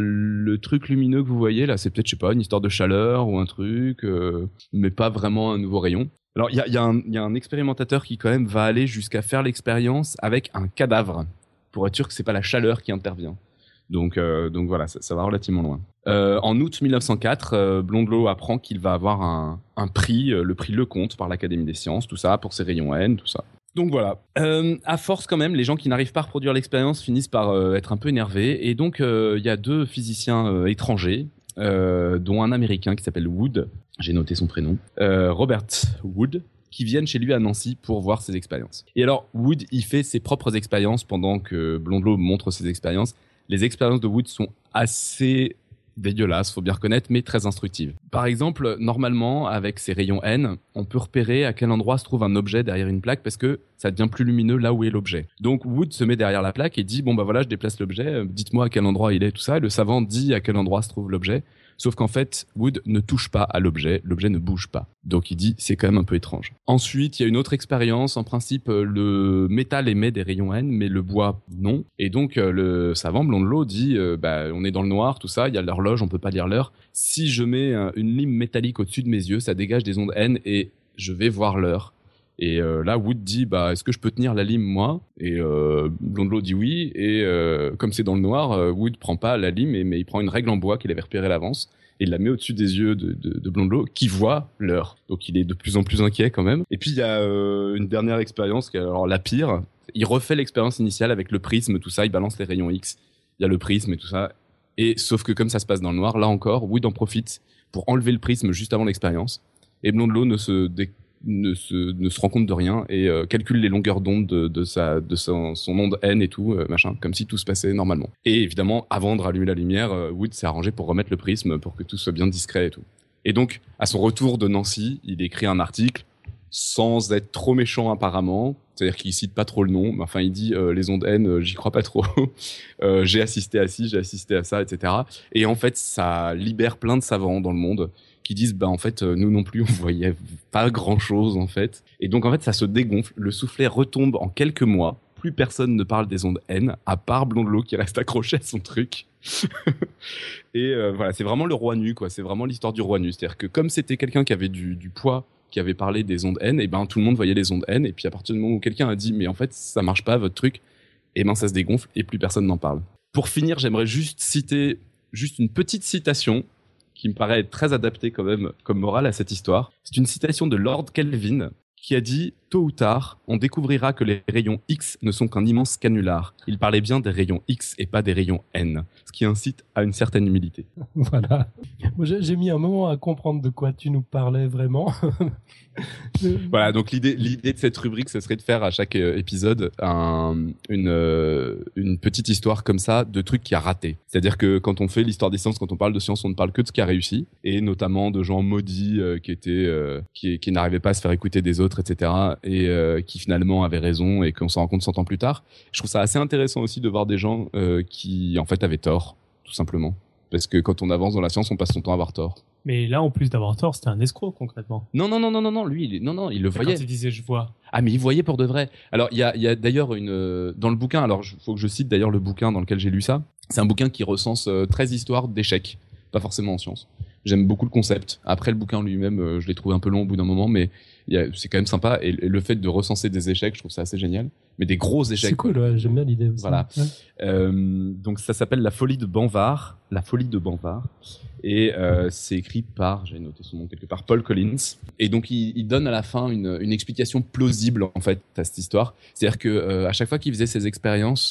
le truc lumineux que vous voyez là, c'est peut-être, je sais pas, une histoire de chaleur ou un truc, mais pas vraiment un nouveau rayon. Alors il y a un expérimentateur qui quand même va aller jusqu'à faire l'expérience avec un cadavre, pour être sûr que c'est pas la chaleur qui intervient. Donc voilà, ça va relativement loin. En août 1904, Blondelot apprend qu'il va avoir un prix, le prix Lecomte par l'Académie des sciences, tout ça, pour ses rayons N, tout ça. Donc voilà. À force quand même, les gens qui n'arrivent pas à reproduire l'expérience finissent par être un peu énervés. Et donc il y a 2 physiciens étrangers, dont un Américain qui s'appelle Wood, j'ai noté son prénom, Robert Wood, qui viennent chez lui à Nancy pour voir ses expériences. Et alors Wood, il fait ses propres expériences pendant que Blondelot montre ses expériences. Les expériences de Wood sont assez dégueulasses, faut bien reconnaître, mais très instructives. Par exemple, normalement, avec ces rayons N, on peut repérer à quel endroit se trouve un objet derrière une plaque parce que ça devient plus lumineux là où est l'objet. Donc Wood se met derrière la plaque et dit bon bah voilà, je déplace l'objet, dites-moi à quel endroit il est, tout ça. Et le savant dit à quel endroit se trouve l'objet. Sauf qu'en fait, Wood ne touche pas à l'objet ne bouge pas. Donc il dit, c'est quand même un peu étrange. Ensuite, il y a une autre expérience. En principe, le métal émet des rayons N, mais le bois, non. Et donc, le savant Blondelot dit, on est dans le noir, tout ça, il y a l'horloge, on peut pas lire l'heure. Si je mets une lime métallique au-dessus de mes yeux, ça dégage des ondes N et je vais voir l'heure. Et là, Wood dit, est-ce que je peux tenir la lime, moi? Et Blondelot dit oui. Et comme c'est dans le noir, Wood prend pas la lime, mais il prend une règle en bois qu'il avait repérée à l'avance et il la met au-dessus des yeux de Blondelot, qui voit l'heure. Donc il est de plus en plus inquiet quand même. Et puis il y a une dernière expérience qui est alors la pire. Il refait l'expérience initiale avec le prisme, tout ça. Il balance les rayons X. Il y a le prisme et tout ça. Et sauf que comme ça se passe dans le noir, là encore, Wood en profite pour enlever le prisme juste avant l'expérience. Et Blondelot ne se rend compte de rien et calcule les longueurs d'onde de son onde N et tout, comme si tout se passait normalement. Et évidemment, avant de rallumer la lumière, Wood s'est arrangé pour remettre le prisme pour que tout soit bien discret et tout. Et donc, à son retour de Nancy, il écrit un article sans être trop méchant apparemment, c'est-à-dire qu'il cite pas trop le nom, mais enfin il dit les ondes N, j'y crois pas trop, j'ai assisté à ci, j'ai assisté à ça, etc. Et en fait, ça libère plein de savants dans le monde qui disent en fait nous non plus on voyait pas grand chose en fait, et donc en fait ça se dégonfle, le soufflet retombe en quelques mois, plus personne ne parle des ondes N à part Blondelot qui reste accroché à son truc. Et voilà, c'est vraiment le roi nu quoi, c'est vraiment l'histoire du roi nu, c'est-à-dire que comme c'était quelqu'un qui avait du poids, qui avait parlé des ondes N, et tout le monde voyait les ondes N, et puis à partir du moment où quelqu'un a dit mais en fait ça marche pas votre truc, et ça se dégonfle et plus personne n'en parle. Pour finir, j'aimerais juste citer une petite citation qui me paraît être très adapté quand même comme morale à cette histoire. C'est une citation de Lord Kelvin qui a dit « Tôt ou tard, on découvrira que les rayons X ne sont qu'un immense canular. Il parlait bien des rayons X et pas des rayons N, ce qui incite à une certaine humilité. » Voilà. Moi, j'ai mis un moment à comprendre de quoi tu nous parlais vraiment. Voilà, donc l'idée de cette rubrique, ce serait de faire à chaque épisode une petite histoire comme ça de trucs qui a raté. C'est-à-dire que quand on fait l'histoire des sciences, quand on parle de sciences, on ne parle que de ce qui a réussi, et notamment de gens maudits qui n'arrivaient pas à se faire écouter des autres, etc., et qui finalement avaient raison et qu'on s'en rend compte 100 ans plus tard. Je trouve ça assez intéressant aussi de voir des gens qui en fait avaient tort, tout simplement. Parce que quand on avance dans la science, on passe son temps à avoir tort. Mais là, en plus d'avoir tort, c'était un escroc, concrètement. Non, lui, il le voyait. Quand il disait je vois. Ah, mais il voyait pour de vrai. Alors, il y a d'ailleurs dans le bouquin, alors, faut que je cite d'ailleurs le bouquin dans lequel j'ai lu ça. C'est un bouquin qui recense 13 histoires d'échecs. Pas forcément en sciences. J'aime beaucoup le concept. Après, le bouquin lui-même, je l'ai trouvé un peu long au bout d'un moment, mais c'est quand même sympa. Et le fait de recenser des échecs, je trouve ça assez génial. Mais des gros échecs. C'est cool, ouais, j'aime bien l'idée aussi. Voilà. Ouais. Donc ça s'appelle La folie de Banvard. Et c'est écrit par, j'ai noté son nom quelque part, Paul Collins. Et donc il donne à la fin une explication plausible en fait à cette histoire. C'est-à-dire que à chaque fois qu'il faisait ses expériences,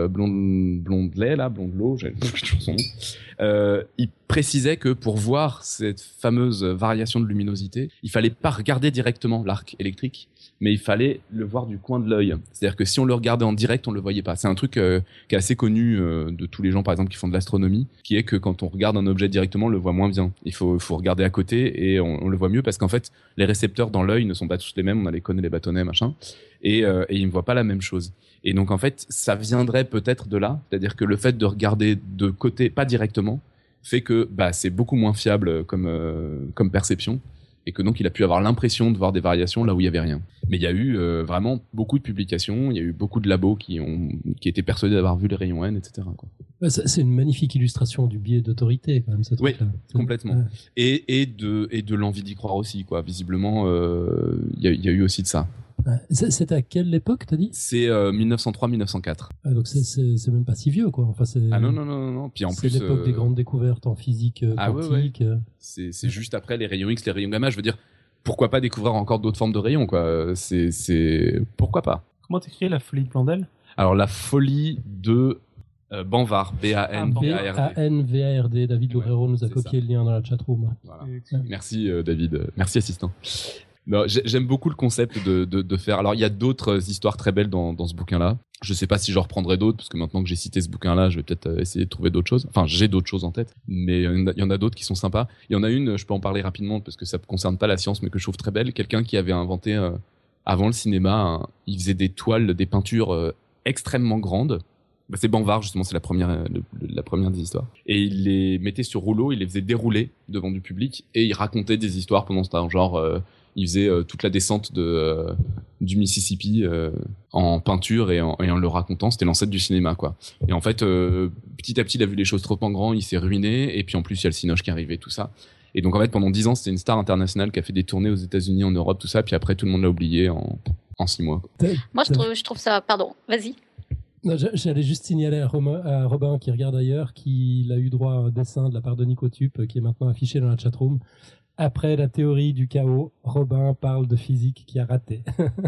Blondelot, j'ai toujours son nom, il précisait que pour voir cette fameuse variation de luminosité, il fallait pas regarder directement l'arc électrique, mais il fallait le voir du coin de l'œil. C'est-à-dire que si on le regardait en direct, on le voyait pas. C'est un truc qui est assez connu de tous les gens, par exemple, qui font de l'astronomie, qui est que quand on regarde un objet directement, on le voit moins bien. Il faut regarder à côté et on le voit mieux parce qu'en fait, les récepteurs dans l'œil ne sont pas tous les mêmes. On a les cônes et les bâtonnets, machin, et ils ne voient pas la même chose. Et donc, en fait, ça viendrait peut-être de là. C'est-à-dire que le fait de regarder de côté, pas directement, fait que c'est beaucoup moins fiable comme perception. Et que donc il a pu avoir l'impression de voir des variations là où il y avait rien. Mais il y a eu vraiment beaucoup de publications, il y a eu beaucoup de labos qui étaient persuadés d'avoir vu les rayons N, etc. quoi. C'est une magnifique illustration du biais d'autorité quand même, ce truc-là. Oui, complètement. Ouais. Et de l'envie d'y croire aussi, quoi. Visiblement, il y a eu aussi de ça. C'est à quelle époque, t'as dit? C'est 1903-1904. Ah, donc c'est même pas si vieux, quoi. Enfin, ah non. Puis en plus, c'est l'époque des grandes découvertes en physique quantique. Ouais. C'est juste après les rayons X, les rayons gamma. Je veux dire, pourquoi pas découvrir encore d'autres formes de rayons, quoi. Pourquoi pas. Comment t'écris La folie de Blondel? Alors, La folie de Banvard, B-A-N-V-A-R-D. B-A-N-V-A-R-D. David Loureiro nous a copié le lien dans la chatroom. Voilà. Merci, David. Merci, assistant. Non, j'aime beaucoup le concept de faire. Alors, il y a d'autres histoires très belles dans ce bouquin-là. Je sais pas si j'en reprendrai d'autres, parce que maintenant que j'ai cité ce bouquin-là, je vais peut-être essayer de trouver d'autres choses. Enfin, j'ai d'autres choses en tête, mais il y en a d'autres qui sont sympas. Il y en a une, je peux en parler rapidement, parce que ça ne concerne pas la science, mais que je trouve très belle. Quelqu'un qui avait inventé, avant le cinéma, il faisait des toiles, des peintures extrêmement grandes. C'est Banvard, justement, c'est la première des histoires. Et il les mettait sur rouleau, il les faisait dérouler devant du public, et il racontait des histoires pendant ce temps, genre... il faisait toute la descente du Mississippi en peinture et en le racontant. C'était l'ancêtre du cinéma, quoi. Et en fait, petit à petit, il a vu les choses trop en grand, il s'est ruiné. Et puis en plus, il y a le Cinoche qui est arrivé, tout ça. Et donc en fait, pendant 10 ans, c'était une star internationale qui a fait des tournées aux États-Unis, en Europe, tout ça. Puis après, tout le monde l'a oublié en 6 mois. Quoi. Moi, je trouve ça... Pardon, vas-y. Non, j'allais juste signaler à Robin qui regarde ailleurs qu'il a eu droit à un dessin de la part de Nicotube qui est maintenant affiché dans la chatroom. Après la théorie du chaos, Robin parle de physique qui a raté.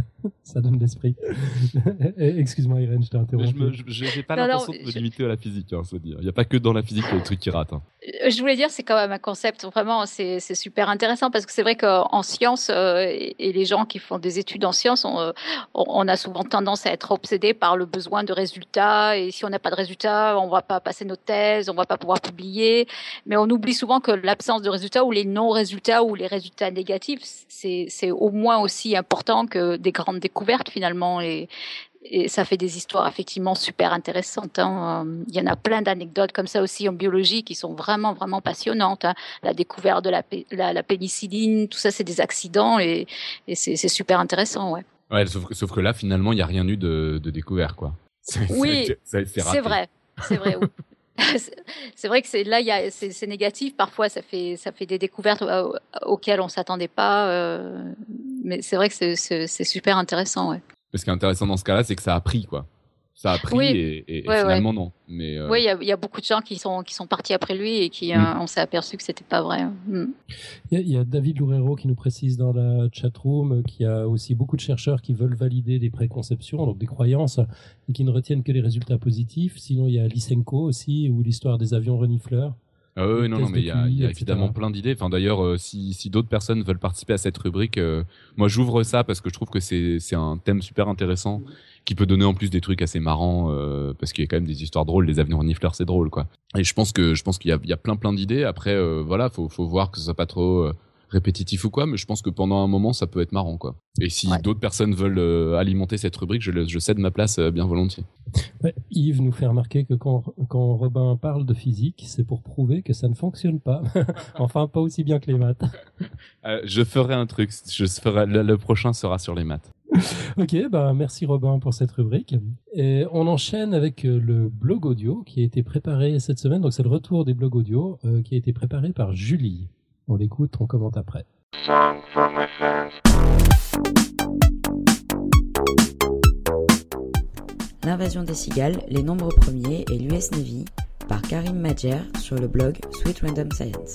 Ça donne l'esprit. Excuse-moi Irène, je t'ai interrompu. J'ai pas l'impression de me limiter à la physique, faut dire. Il n'y a pas que dans la physique qu'il y a des trucs qui ratent. Hein. Je voulais dire, c'est quand même un concept, vraiment, c'est super intéressant parce que c'est vrai qu'en sciences, et les gens qui font des études en sciences, on a souvent tendance à être obsédés par le besoin de résultats. Et si on n'a pas de résultats, on ne va pas passer nos thèses, on ne va pas pouvoir publier. Mais on oublie souvent que l'absence de résultats ou les non-résultats ou les résultats négatifs, c'est au moins aussi important que des grandes découvertes finalement. Et ça fait des histoires effectivement super intéressantes. Hein. Il y en a plein d'anecdotes comme ça aussi en biologie qui sont vraiment, vraiment passionnantes. Hein. La découverte de la pénicilline, tout ça, c'est des accidents et c'est super intéressant. Ouais, sauf que là, finalement, il n'y a rien eu de découvert, quoi. Oui, c'est vrai. C'est vrai, oui. C'est vrai que c'est négatif. Parfois, ça fait des découvertes auxquelles on s'attendait pas. Mais c'est vrai que c'est super intéressant, ouais. Ce qui est intéressant dans ce cas-là, c'est que ça a pris, quoi. Ça a pris et finalement non. Mais oui, il y a beaucoup de gens qui sont partis après lui et qui on s'est aperçu que c'était pas vrai. Il y a David Loureiro qui nous précise dans la chatroom qu'il y a aussi beaucoup de chercheurs qui veulent valider des préconceptions, donc des croyances, et qui ne retiennent que les résultats positifs. Sinon, il y a Lysenko aussi, ou l'histoire des avions renifleurs. Ah oui, non, mais il y a évidemment plein d'idées. Enfin, d'ailleurs, si d'autres personnes veulent participer à cette rubrique, moi j'ouvre ça parce que je trouve que c'est un thème super intéressant qui peut donner en plus des trucs assez marrants parce qu'il y a quand même des histoires drôles. Les avions renifleurs, c'est drôle, quoi. Et je pense qu'il y a plein d'idées. Après, voilà, faut voir que ce soit pas trop. répétitif ou quoi, mais je pense que pendant un moment, ça peut être marrant, quoi. Et si d'autres personnes veulent alimenter cette rubrique, je cède ma place bien volontiers. Ouais, Yves nous fait remarquer que quand Robin parle de physique, c'est pour prouver que ça ne fonctionne pas. Enfin, pas aussi bien que les maths. Je ferai un truc. Le prochain sera sur les maths. Ok, merci Robin pour cette rubrique. Et on enchaîne avec le blog audio qui a été préparé cette semaine. Donc c'est le retour des blogs audio qui a été préparé par Julie. On l'écoute, on commente après. L'invasion des cigales, les nombres premiers et l'US Navy par Karim Madjer sur le blog Sweet Random Science.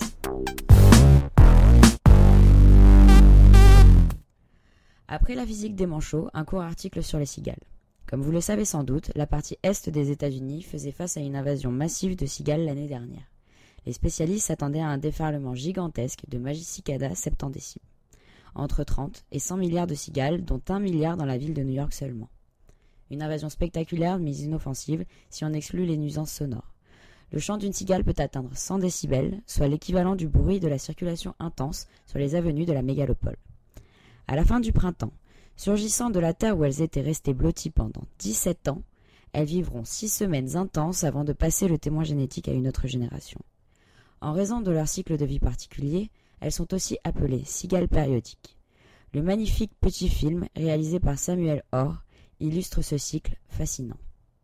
Après la physique des manchots, un court article sur les cigales. Comme vous le savez sans doute, la partie est des États-Unis faisait face à une invasion massive de cigales l'année dernière. Les spécialistes s'attendaient à un déferlement gigantesque de Magicicada septendecime. Entre 30 et 100 milliards de cigales, dont 1 milliard dans la ville de New York seulement. Une invasion spectaculaire mais inoffensive si on exclut les nuisances sonores. Le chant d'une cigale peut atteindre 100 décibels, soit l'équivalent du bruit de la circulation intense sur les avenues de la mégalopole. À la fin du printemps, surgissant de la terre où elles étaient restées blotties pendant 17 ans, elles vivront 6 semaines intenses avant de passer le témoin génétique à une autre génération. En raison de leur cycle de vie particulier, elles sont aussi appelées cigales périodiques. Le magnifique petit film réalisé par Samuel Orr illustre ce cycle fascinant.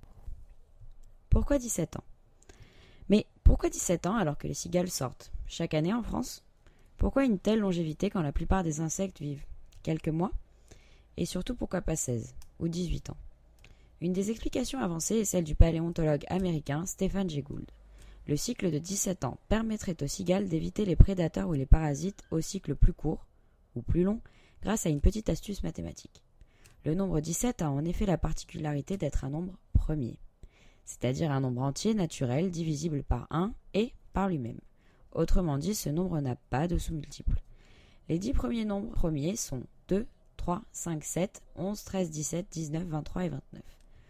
Pourquoi 17 ans ? Mais pourquoi 17 ans alors que les cigales sortent chaque année en France ? Pourquoi une telle longévité quand la plupart des insectes vivent quelques mois ? Et surtout pourquoi pas 16 ou 18 ans ? Une des explications avancées est celle du paléontologue américain Stephen Jay Gould. Le cycle de 17 ans permettrait aux cigales d'éviter les prédateurs ou les parasites au cycle plus court ou plus long grâce à une petite astuce mathématique. Le nombre 17 a en effet la particularité d'être un nombre premier, c'est-à-dire un nombre entier naturel divisible par 1 et par lui-même. Autrement dit, ce nombre n'a pas de sous-multiples. Les 10 premiers nombres premiers sont 2, 3, 5, 7, 11, 13, 17, 19, 23 et 29.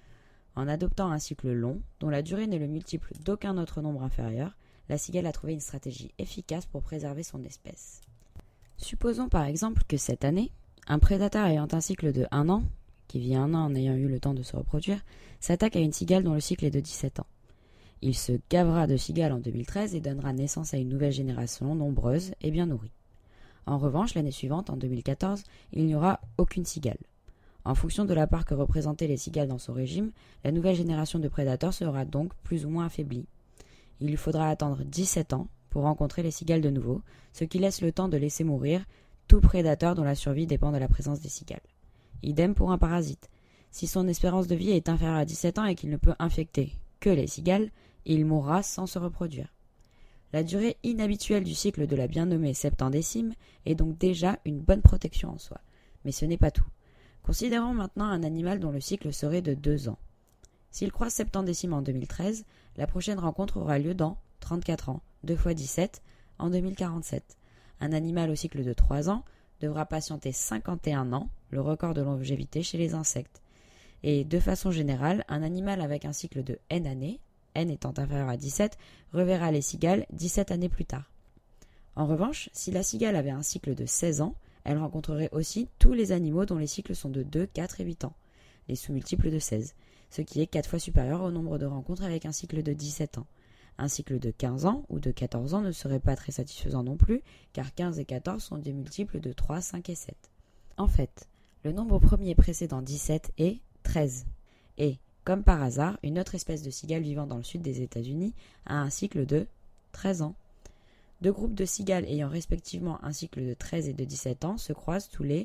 En adoptant un cycle long, dont la durée n'est le multiple d'aucun autre nombre inférieur, la cigale a trouvé une stratégie efficace pour préserver son espèce. Supposons par exemple que cette année, un prédateur ayant un cycle de 1 an, qui vit 1 an en ayant eu le temps de se reproduire, s'attaque à une cigale dont le cycle est de 17 ans. Il se gavera de cigales en 2013 et donnera naissance à une nouvelle génération nombreuse et bien nourrie. En revanche, l'année suivante, en 2014, il n'y aura aucune cigale. En fonction de la part que représentaient les cigales dans son régime, la nouvelle génération de prédateurs sera donc plus ou moins affaiblie. Il lui faudra attendre 17 ans pour rencontrer les cigales de nouveau, ce qui laisse le temps de laisser mourir tout prédateur dont la survie dépend de la présence des cigales. Idem pour un parasite. Si son espérance de vie est inférieure à 17 ans et qu'il ne peut infecter que les cigales, il mourra sans se reproduire. La durée inhabituelle du cycle de la bien nommée septendécime est donc déjà une bonne protection en soi. Mais ce n'est pas tout. Considérons maintenant un animal dont le cycle serait de 2 ans. S'il croise septendécime en 2013, la prochaine rencontre aura lieu dans 34 ans, 2 fois 17, en 2047. Un animal au cycle de 3 ans devra patienter 51 ans, le record de longévité chez les insectes. Et de façon générale, un animal avec un cycle de n années, n étant inférieur à 17, reverra les cigales 17 années plus tard. En revanche, si la cigale avait un cycle de 16 ans, elle rencontrerait aussi tous les animaux dont les cycles sont de 2, 4 et 8 ans, les sous-multiples de 16, ce qui est 4 fois supérieur au nombre de rencontres avec un cycle de 17 ans. Un cycle de 15 ans ou de 14 ans ne serait pas très satisfaisant non plus, car 15 et 14 sont des multiples de 3, 5 et 7. En fait, le nombre premier précédant 17 est 13. Et, comme par hasard, une autre espèce de cigale vivant dans le sud des États-Unis a un cycle de 13 ans. Deux groupes de cigales ayant respectivement un cycle de 13 et de 17 ans se croisent tous les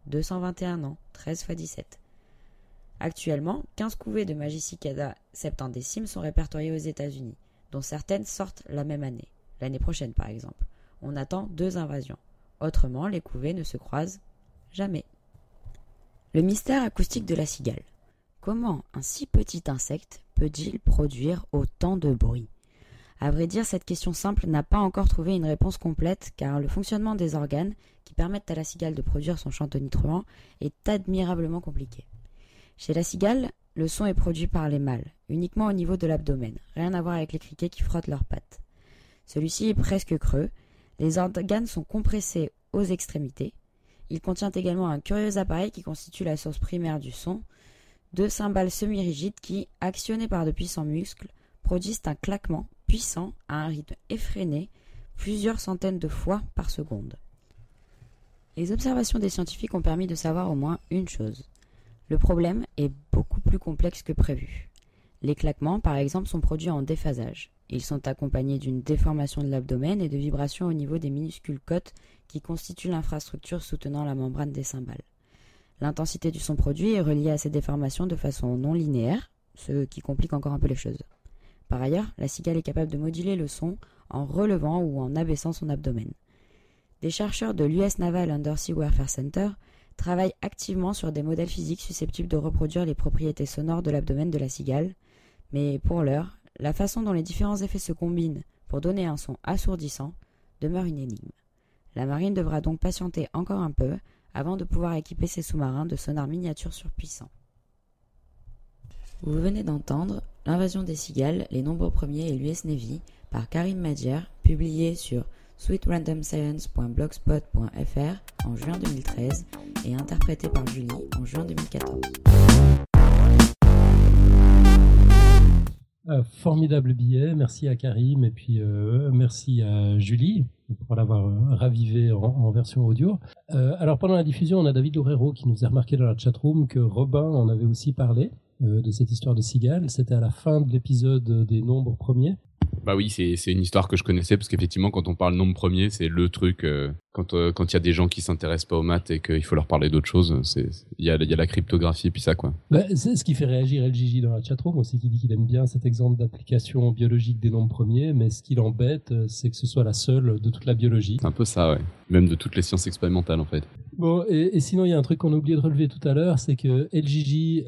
221 ans, 13 fois 17. Actuellement, 15 couvées de Magicicada septendécime sont répertoriées aux États-Unis, dont certaines sortent la même année, l'année prochaine par exemple. On attend 2 invasions. Autrement, les couvées ne se croisent jamais. Le mystère acoustique de la cigale. Comment un si petit insecte peut-il produire autant de bruit ? À vrai dire, cette question simple n'a pas encore trouvé une réponse complète, car le fonctionnement des organes qui permettent à la cigale de produire son chant tonitruant est admirablement compliqué. Chez la cigale, le son est produit par les mâles, uniquement au niveau de l'abdomen, rien à voir avec les criquets qui frottent leurs pattes. Celui-ci est presque creux, les organes sont compressés aux extrémités. Il contient également un curieux appareil qui constitue la source primaire du son, 2 cymbales semi-rigides qui, actionnées par de puissants muscles, produisent un claquement puissant à un rythme effréné, plusieurs centaines de fois par seconde. Les observations des scientifiques ont permis de savoir au moins une chose. Le problème est beaucoup plus complexe que prévu. Les claquements, par exemple, sont produits en déphasage. Ils sont accompagnés d'une déformation de l'abdomen et de vibrations au niveau des minuscules côtes qui constituent l'infrastructure soutenant la membrane des cymbales. L'intensité du son produit est reliée à ces déformations de façon non linéaire, ce qui complique encore un peu les choses. Par ailleurs, la cigale est capable de moduler le son en relevant ou en abaissant son abdomen. Des chercheurs de l'US Naval Undersea Warfare Center travaillent activement sur des modèles physiques susceptibles de reproduire les propriétés sonores de l'abdomen de la cigale, mais pour l'heure, la façon dont les différents effets se combinent pour donner un son assourdissant demeure une énigme. La marine devra donc patienter encore un peu avant de pouvoir équiper ses sous-marins de sonars miniatures surpuissants. Vous venez d'entendre L'invasion des cigales, les nombres premiers et l'US Navy par Karim Madjer, publié sur sweetrandomscience.blogspot.fr en juin 2013 et interprété par Julie en juin 2014. Formidable billet, merci à Karim et puis merci à Julie pour l'avoir ravivé en version audio. Alors pendant la diffusion, on a David Loureiro qui nous a remarqué dans la chatroom que Robin en avait aussi parlé de cette histoire de cigale. C'était à la fin de l'épisode des nombres premiers. Bah oui, c'est une histoire que je connaissais parce qu'effectivement, quand on parle nombre premier, c'est le truc. Quand il y a des gens qui s'intéressent pas aux maths et qu'il faut leur parler d'autre chose, il y a la cryptographie et puis ça quoi. Bah, c'est ce qui fait réagir LGJ dans la chatroom aussi, qui dit qu'il aime bien cet exemple d'application biologique des nombres premiers, mais ce qui l'embête, c'est que ce soit la seule de toute la biologie. C'est un peu ça, ouais. Même de toutes les sciences expérimentales en fait. Bon, et sinon, il y a un truc qu'on a oublié de relever tout à l'heure, c'est que LGJ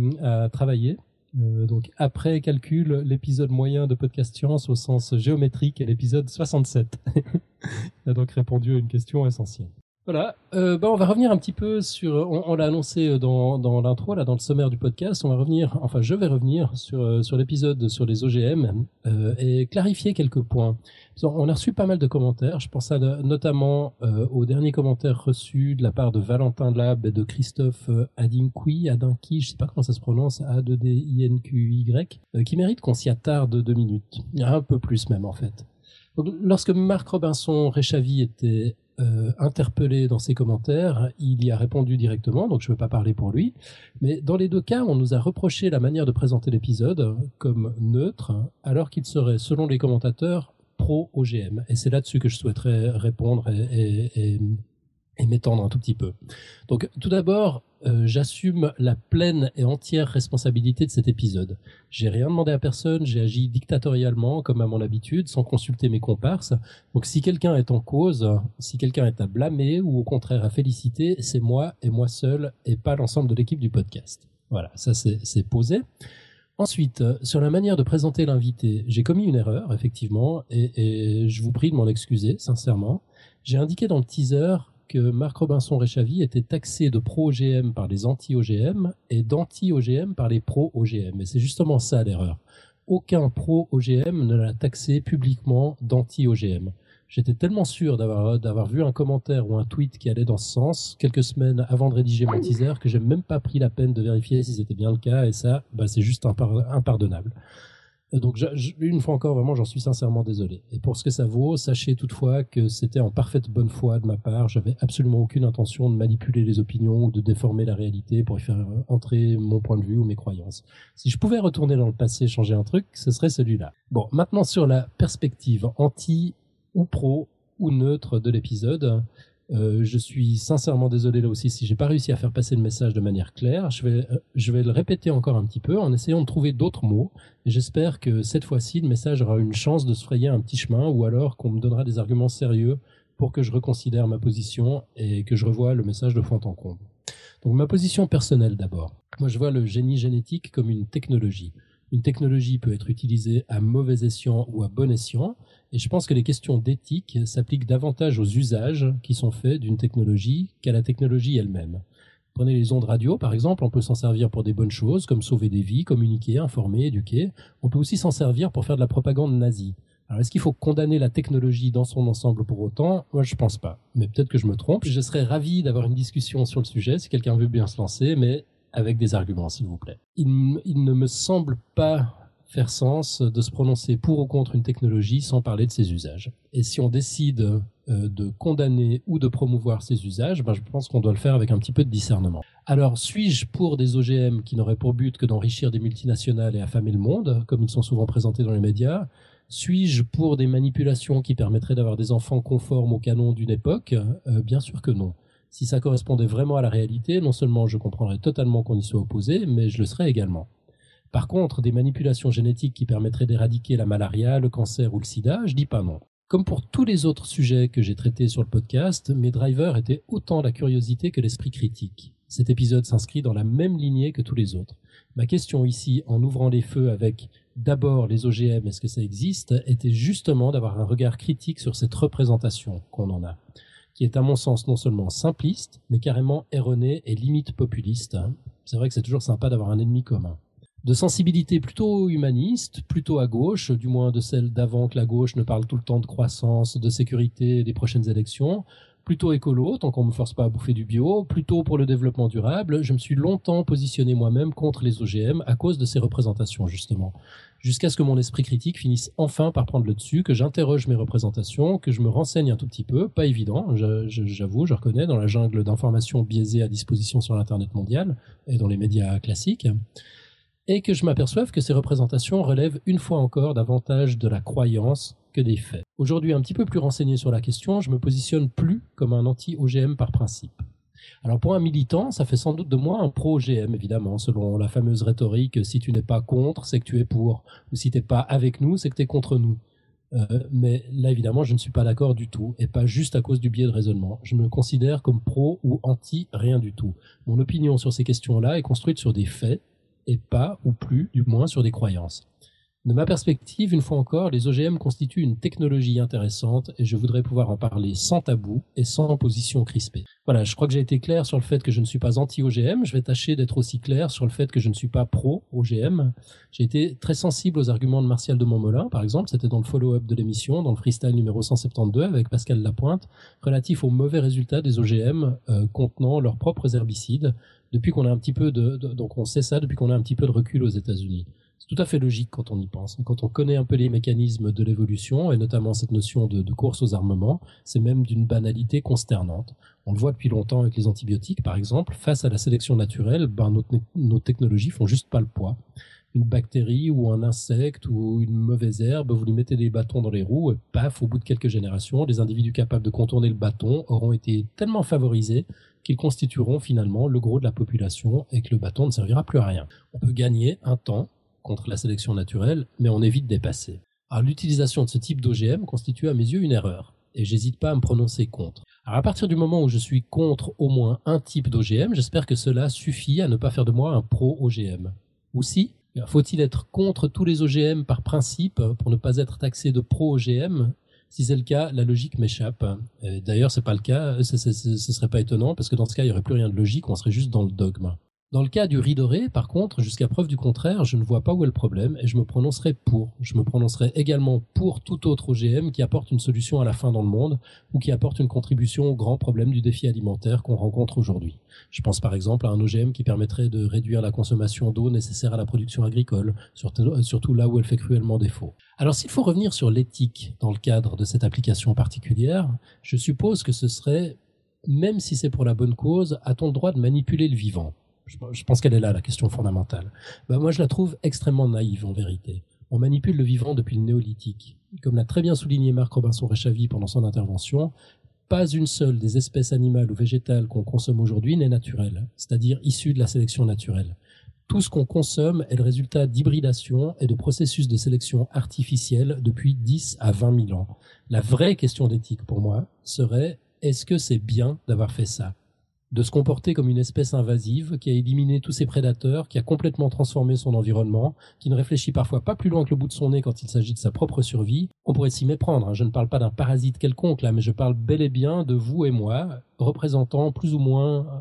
a travaillé. Donc après calcul, l'épisode moyen de Podcast Science au sens géométrique est l'épisode 67. Il a donc répondu à une question essentielle. Voilà, on va revenir un petit peu sur, on l'a annoncé dans l'intro, là, dans le sommaire du podcast, je vais revenir sur l'épisode sur les OGM et clarifier quelques points. On a reçu pas mal de commentaires, je pense notamment aux derniers commentaires reçus de la part de Valentin Lab et de Christophe Adinqui, je sais pas comment ça se prononce, A-2-D-I-N-Q-Y, qui méritent qu'on s'y attarde 2 minutes, un peu plus même en fait. Donc, lorsque Marc Robinson Réchavy était interpellé dans ses commentaires, il y a répondu directement, donc je ne veux pas parler pour lui, mais dans les 2 cas, on nous a reproché la manière de présenter l'épisode comme neutre, alors qu'il serait, selon les commentateurs, pro-OGM. Et c'est là-dessus que je souhaiterais répondre et m'étendre un tout petit peu. Donc, tout d'abord, j'assume la pleine et entière responsabilité de cet épisode. J'ai rien demandé à personne, j'ai agi dictatorialement, comme à mon habitude, sans consulter mes comparses. Donc, si quelqu'un est en cause, si quelqu'un est à blâmer ou au contraire à féliciter, c'est moi et moi seul et pas l'ensemble de l'équipe du podcast. Voilà, ça c'est posé. Ensuite, sur la manière de présenter l'invité, j'ai commis une erreur, effectivement, et je vous prie de m'en excuser, sincèrement. J'ai indiqué dans le teaser que Marc Robinson Réchavy était taxé de pro-OGM par les anti-OGM et d'anti-OGM par les pro-OGM. Et c'est justement ça l'erreur. Aucun pro-OGM ne l'a taxé publiquement d'anti-OGM. J'étais tellement sûr d'avoir vu un commentaire ou un tweet qui allait dans ce sens quelques semaines avant de rédiger mon teaser que j'ai même pas pris la peine de vérifier si c'était bien le cas, et ça, c'est juste impardonnable. Donc une fois encore, vraiment, j'en suis sincèrement désolé. Et pour ce que ça vaut, sachez toutefois que c'était en parfaite bonne foi de ma part. J'avais absolument aucune intention de manipuler les opinions ou de déformer la réalité pour y faire entrer mon point de vue ou mes croyances. Si je pouvais retourner dans le passé et changer un truc, ce serait celui-là. Bon, maintenant sur la perspective anti ou pro ou neutre de l'épisode, je suis sincèrement désolé là aussi si j'ai pas réussi à faire passer le message de manière claire. Je vais le répéter encore un petit peu en essayant de trouver d'autres mots, et j'espère que cette fois-ci le message aura une chance de se frayer un petit chemin, ou alors qu'on me donnera des arguments sérieux pour que je reconsidère ma position et que je revoie le message de fond en comble. Donc ma position personnelle d'abord. Moi je vois le génie génétique comme une technologie. Une technologie peut être utilisée à mauvais escient ou à bon escient, et je pense que les questions d'éthique s'appliquent davantage aux usages qui sont faits d'une technologie qu'à la technologie elle-même. Prenez les ondes radio, par exemple, on peut s'en servir pour des bonnes choses, comme sauver des vies, communiquer, informer, éduquer. On peut aussi s'en servir pour faire de la propagande nazie. Alors, est-ce qu'il faut condamner la technologie dans son ensemble pour autant ? Moi, je pense pas. Mais peut-être que je me trompe. Je serais ravi d'avoir une discussion sur le sujet si quelqu'un veut bien se lancer, mais avec des arguments, s'il vous plaît. Il ne me semble pas faire sens de se prononcer pour ou contre une technologie sans parler de ses usages. Et si on décide de condamner ou de promouvoir ces usages, je pense qu'on doit le faire avec un petit peu de discernement. Alors, suis-je pour des OGM qui n'auraient pour but que d'enrichir des multinationales et affamer le monde, comme ils sont souvent présentés dans les médias ? Suis-je pour des manipulations qui permettraient d'avoir des enfants conformes au canon d'une époque ? Bien sûr que non. Si ça correspondait vraiment à la réalité, non seulement je comprendrais totalement qu'on y soit opposé, mais je le serais également. Par contre, des manipulations génétiques qui permettraient d'éradiquer la malaria, le cancer ou le sida, je dis pas non. Comme pour tous les autres sujets que j'ai traités sur le podcast, mes drivers étaient autant la curiosité que l'esprit critique. Cet épisode s'inscrit dans la même lignée que tous les autres. Ma question ici, en ouvrant les feux avec d'abord les OGM, est-ce que ça existe, était justement d'avoir un regard critique sur cette représentation qu'on en a, qui est à mon sens non seulement simpliste, mais carrément erronée et limite populiste. C'est vrai que c'est toujours sympa d'avoir un ennemi commun. De sensibilité plutôt humaniste, plutôt à gauche, du moins de celle d'avant que la gauche ne parle tout le temps de croissance, de sécurité et des prochaines élections, plutôt écolo, tant qu'on me force pas à bouffer du bio, plutôt pour le développement durable, je me suis longtemps positionné moi-même contre les OGM à cause de ces représentations, justement. Jusqu'à ce que mon esprit critique finisse enfin par prendre le dessus, que j'interroge mes représentations, que je me renseigne un tout petit peu, pas évident, j'avoue, je reconnais, dans la jungle d'informations biaisées à disposition sur l'Internet mondial et dans les médias classiques, et que je m'aperçoive que ces représentations relèvent une fois encore davantage de la croyance que des faits. Aujourd'hui, un petit peu plus renseigné sur la question, je me positionne plus comme un anti-OGM par principe. Alors pour un militant, ça fait sans doute de moi un pro-OGM, évidemment, selon la fameuse rhétorique « si tu n'es pas contre, c'est que tu es pour » ou « si t'es pas avec nous, c'est que tu es contre nous ». Mais là, évidemment, je ne suis pas d'accord du tout, et pas juste à cause du biais de raisonnement. Je me considère comme pro ou anti rien du tout. Mon opinion sur ces questions-là est construite sur des faits, et pas, ou plus, du moins sur des croyances. De ma perspective, une fois encore, les OGM constituent une technologie intéressante et je voudrais pouvoir en parler sans tabou et sans position crispée. Voilà, je crois que j'ai été clair sur le fait que je ne suis pas anti-OGM. Je vais tâcher d'être aussi clair sur le fait que je ne suis pas pro-OGM. J'ai été très sensible aux arguments de Martial de Montmolin, par exemple. C'était dans le follow-up de l'émission, dans le freestyle numéro 172 avec Pascal Lapointe, relatif aux mauvais résultats des OGM contenant leurs propres herbicides. Depuis qu'on a un petit peu donc on sait ça depuis qu'on a un petit peu de recul aux États-Unis. C'est tout à fait logique quand on y pense. Quand on connaît un peu les mécanismes de l'évolution, et notamment cette notion de course aux armements, c'est même d'une banalité consternante. On le voit depuis longtemps avec les antibiotiques, par exemple. Face à la sélection naturelle, nos technologies font juste pas le poids. Une bactérie ou un insecte ou une mauvaise herbe, vous lui mettez des bâtons dans les roues, et paf, au bout de quelques générations, les individus capables de contourner le bâton auront été tellement favorisés qu'ils constitueront finalement le gros de la population et que le bâton ne servira plus à rien. On peut gagner un temps contre la sélection naturelle, mais on évite d'y passer. Alors l'utilisation de ce type d'OGM constitue à mes yeux une erreur, et j'hésite pas à me prononcer contre. Alors à partir du moment où je suis contre au moins un type d'OGM, j'espère que cela suffit à ne pas faire de moi un pro-OGM. Ou si, faut-il être contre tous les OGM par principe pour ne pas être taxé de pro-OGM ? Si c'est le cas, la logique m'échappe. D'ailleurs, c'est pas le cas, ce serait pas étonnant, parce que dans ce cas, il n'y aurait plus rien de logique, on serait juste dans le dogme. Dans le cas du riz doré, par contre, jusqu'à preuve du contraire, je ne vois pas où est le problème et je me prononcerai pour. Je me prononcerai également pour tout autre OGM qui apporte une solution à la faim dans le monde ou qui apporte une contribution au grand problème du défi alimentaire qu'on rencontre aujourd'hui. Je pense par exemple à un OGM qui permettrait de réduire la consommation d'eau nécessaire à la production agricole, surtout là où elle fait cruellement défaut. Alors s'il faut revenir sur l'éthique dans le cadre de cette application particulière, je suppose que ce serait, même si c'est pour la bonne cause, a-t-on le droit de manipuler le vivant ? Je pense qu'elle est là, la question fondamentale. Moi, je la trouve extrêmement naïve, en vérité. On manipule le vivant depuis le néolithique. Comme l'a très bien souligné Marc Robinson-Réchavy pendant son intervention, pas une seule des espèces animales ou végétales qu'on consomme aujourd'hui n'est naturelle, c'est-à-dire issue de la sélection naturelle. Tout ce qu'on consomme est le résultat d'hybridation et de processus de sélection artificielle depuis 10 à 20 000 ans. La vraie question d'éthique, pour moi, serait « est-ce que c'est bien d'avoir fait ça ?» De se comporter comme une espèce invasive qui a éliminé tous ses prédateurs, qui a complètement transformé son environnement, qui ne réfléchit parfois pas plus loin que le bout de son nez quand il s'agit de sa propre survie. On pourrait s'y méprendre, Je ne parle pas d'un parasite quelconque là, mais je parle bel et bien de vous et moi, représentants plus ou moins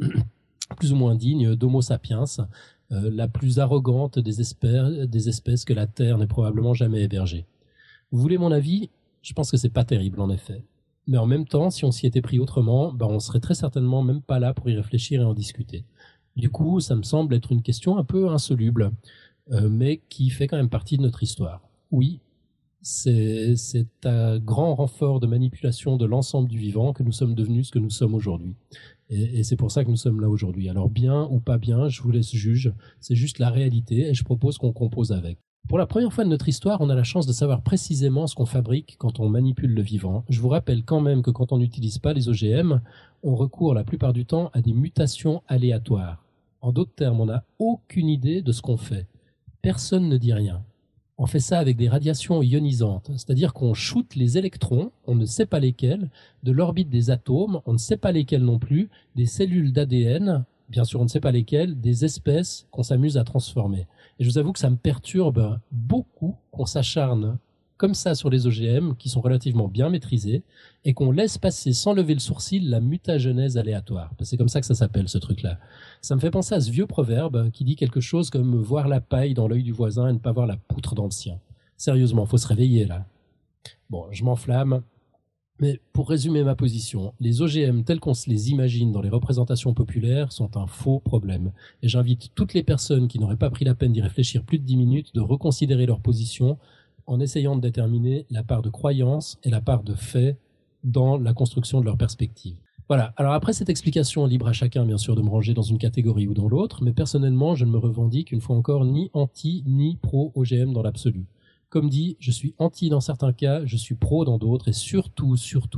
dignes d'Homo sapiens, la plus arrogante des espèces que la Terre n'ait probablement jamais hébergée. Vous voulez mon avis? Je pense que c'est pas terrible en effet. Mais en même temps, si on s'y était pris autrement, on serait très certainement même pas là pour y réfléchir et en discuter. Du coup, ça me semble être une question un peu insoluble, mais qui fait quand même partie de notre histoire. Oui, c'est à grand renfort de manipulation de l'ensemble du vivant que nous sommes devenus ce que nous sommes aujourd'hui. Et c'est pour ça que nous sommes là aujourd'hui. Alors bien ou pas bien, je vous laisse juge, c'est juste la réalité et je propose qu'on compose avec. Pour la première fois de notre histoire, on a la chance de savoir précisément ce qu'on fabrique quand on manipule le vivant. Je vous rappelle quand même que quand on n'utilise pas les OGM, on recourt la plupart du temps à des mutations aléatoires. En d'autres termes, on n'a aucune idée de ce qu'on fait. Personne ne dit rien. On fait ça avec des radiations ionisantes, c'est-à-dire qu'on shoote les électrons, on ne sait pas lesquels, de l'orbite des atomes, on ne sait pas lesquels non plus, des cellules d'ADN, bien sûr on ne sait pas lesquelles, des espèces qu'on s'amuse à transformer. Et je vous avoue que ça me perturbe beaucoup qu'on s'acharne comme ça sur les OGM, qui sont relativement bien maîtrisés, et qu'on laisse passer sans lever le sourcil la mutagenèse aléatoire. C'est comme ça que ça s'appelle, ce truc-là. Ça me fait penser à ce vieux proverbe qui dit quelque chose comme « voir la paille dans l'œil du voisin et ne pas voir la poutre dans le sien ». Sérieusement, faut se réveiller là. Bon, je m'enflamme. Mais pour résumer ma position, les OGM tels qu'on se les imagine dans les représentations populaires sont un faux problème. Et j'invite toutes les personnes qui n'auraient pas pris la peine d'y réfléchir plus de 10 minutes de reconsidérer leur position en essayant de déterminer la part de croyance et la part de fait dans la construction de leur perspective. Voilà, alors après cette explication, libre à chacun bien sûr de me ranger dans une catégorie ou dans l'autre, mais personnellement je ne me revendique une fois encore ni anti ni pro OGM dans l'absolu. Comme dit, je suis anti dans certains cas, je suis pro dans d'autres et surtout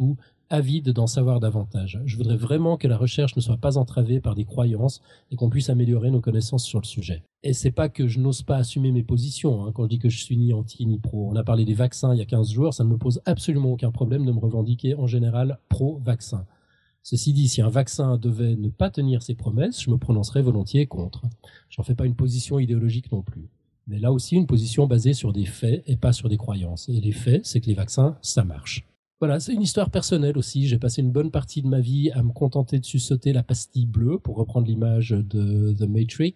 avide d'en savoir davantage. Je voudrais vraiment que la recherche ne soit pas entravée par des croyances et qu'on puisse améliorer nos connaissances sur le sujet. Et c'est pas que je n'ose pas assumer mes positions, quand je dis que je suis ni anti ni pro. On a parlé des vaccins il y a 15 jours, ça ne me pose absolument aucun problème de me revendiquer en général pro-vaccin. Ceci dit, si un vaccin devait ne pas tenir ses promesses, je me prononcerais volontiers contre. J'en fais pas une position idéologique non plus. Mais là aussi, une position basée sur des faits et pas sur des croyances. Et les faits, c'est que les vaccins, ça marche. Voilà, c'est une histoire personnelle aussi. J'ai passé une bonne partie de ma vie à me contenter de suçoter la pastille bleue, pour reprendre l'image de The Matrix.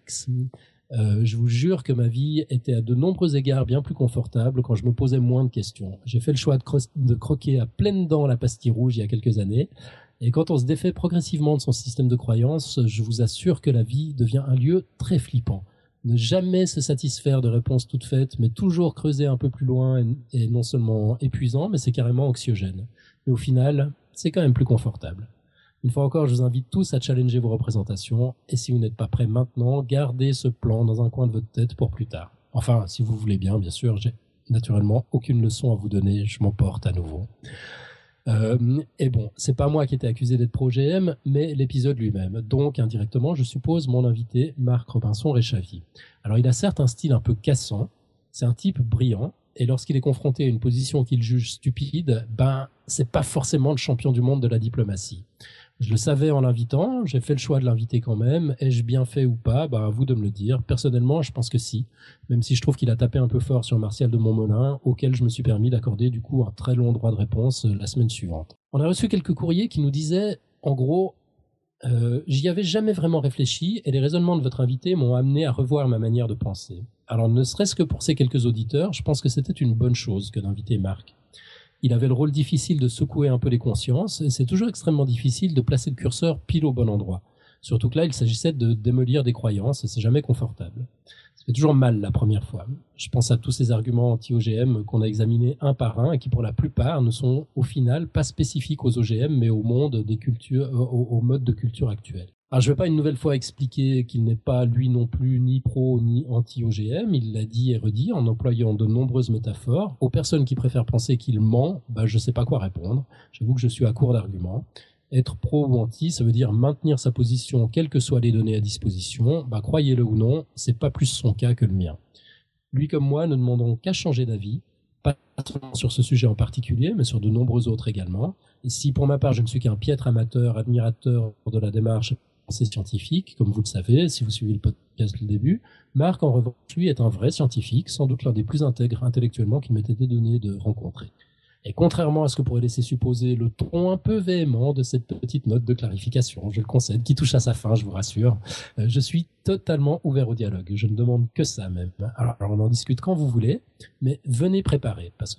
Je vous jure que ma vie était à de nombreux égards bien plus confortable quand je me posais moins de questions. J'ai fait le choix de croquer à pleines dents la pastille rouge il y a quelques années. Et quand on se défait progressivement de son système de croyances, je vous assure que la vie devient un lieu très flippant. Ne jamais se satisfaire de réponses toutes faites, mais toujours creuser un peu plus loin est non seulement épuisant, mais c'est carrément anxiogène. Mais au final, c'est quand même plus confortable. Une fois encore, je vous invite tous à challenger vos représentations, et si vous n'êtes pas prêts maintenant, gardez ce plan dans un coin de votre tête pour plus tard. Enfin, si vous voulez bien sûr, j'ai naturellement aucune leçon à vous donner, je m'emporte à nouveau. Et bon, c'est pas moi qui étais accusé d'être pro-GM, mais l'épisode lui-même. Donc, indirectement, je suppose mon invité, Marc Robinson-Réchavy. Alors, il a certes un style un peu cassant, c'est un type brillant, et lorsqu'il est confronté à une position qu'il juge stupide, c'est pas forcément le champion du monde de la diplomatie. Je le savais en l'invitant, j'ai fait le choix de l'inviter quand même. Ai-je bien fait ou pas? À vous de me le dire. Personnellement, je pense que si. Même si je trouve qu'il a tapé un peu fort sur Martial de Montmolin, auquel je me suis permis d'accorder du coup un très long droit de réponse la semaine suivante. On a reçu quelques courriers qui nous disaient, en gros, j'y avais jamais vraiment réfléchi et les raisonnements de votre invité m'ont amené à revoir ma manière de penser. Alors ne serait-ce que pour ces quelques auditeurs, je pense que c'était une bonne chose que d'inviter Marc. Il avait le rôle difficile de secouer un peu les consciences, et c'est toujours extrêmement difficile de placer le curseur pile au bon endroit. Surtout que là, il s'agissait de démolir des croyances, et c'est jamais confortable. Ça fait toujours mal la première fois. Je pense à tous ces arguments anti-OGM qu'on a examinés un par un, et qui pour la plupart ne sont au final pas spécifiques aux OGM, mais au monde des cultures, au mode de culture actuel. Alors je ne vais pas une nouvelle fois expliquer qu'il n'est pas lui non plus ni pro ni anti-OGM, il l'a dit et redit en employant de nombreuses métaphores. Aux personnes qui préfèrent penser qu'il ment, je ne sais pas quoi répondre, j'avoue que je suis à court d'arguments. Être pro ou anti, ça veut dire maintenir sa position quelles que soient les données à disposition, croyez-le ou non, c'est pas plus son cas que le mien. Lui comme moi ne demandons qu'à changer d'avis, pas seulement sur ce sujet en particulier, mais sur de nombreux autres également. Et si pour ma part je ne suis qu'un piètre amateur, admirateur de la démarche scientifique, comme vous le savez, si vous suivez le podcast dès le début, Marc, en revanche, lui, est un vrai scientifique, sans doute l'un des plus intègres intellectuellement qu'il m'ait été donné de rencontrer. Et contrairement à ce que pourrait laisser supposer le ton un peu véhément de cette petite note de clarification, je le concède, qui touche à sa fin, je vous rassure, je suis totalement ouvert au dialogue. Je ne demande que ça même. Alors on en discute quand vous voulez, mais venez préparer, parce que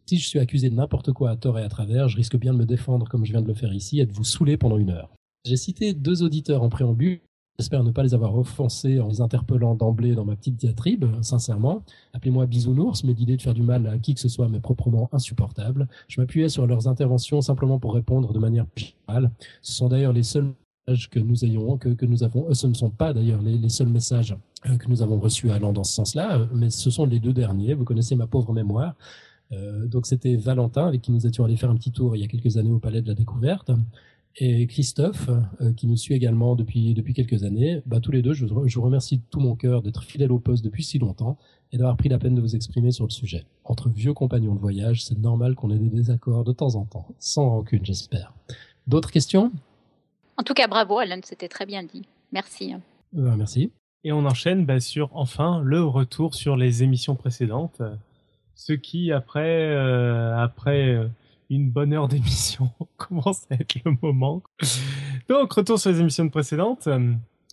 Si je suis accusé de n'importe quoi à tort et à travers, je risque bien de me défendre comme je viens de le faire ici et de vous saouler pendant 1 heure. J'ai cité 2 auditeurs en préambule. J'espère ne pas les avoir offensés en les interpellant d'emblée dans ma petite diatribe, sincèrement. Appelez-moi bisounours, mais l'idée de faire du mal à qui que ce soit m'est proprement insupportable. Je m'appuyais sur leurs interventions simplement pour répondre de manière générale. Ce sont d'ailleurs les seuls messages que nous avons. Ce ne sont pas d'ailleurs les seuls messages que nous avons reçus allant dans ce sens-là, mais ce sont les 2 derniers. Vous connaissez ma pauvre mémoire. Donc c'était Valentin avec qui nous étions allés faire un petit tour il y a quelques années au Palais de la Découverte. Et Christophe, qui nous suit également depuis quelques années. Tous les deux, je vous remercie de tout mon cœur d'être fidèle au poste depuis si longtemps et d'avoir pris la peine de vous exprimer sur le sujet. Entre vieux compagnons de voyage, c'est normal qu'on ait des désaccords de temps en temps, sans rancune, j'espère. D'autres questions ? En tout cas, bravo Alan, c'était très bien dit. Merci. Merci. Et on enchaîne sur, enfin, le retour sur les émissions précédentes. Ce qui, après une bonne heure d'émission, commence à être le moment. Donc, retour sur les émissions précédentes. Irène ?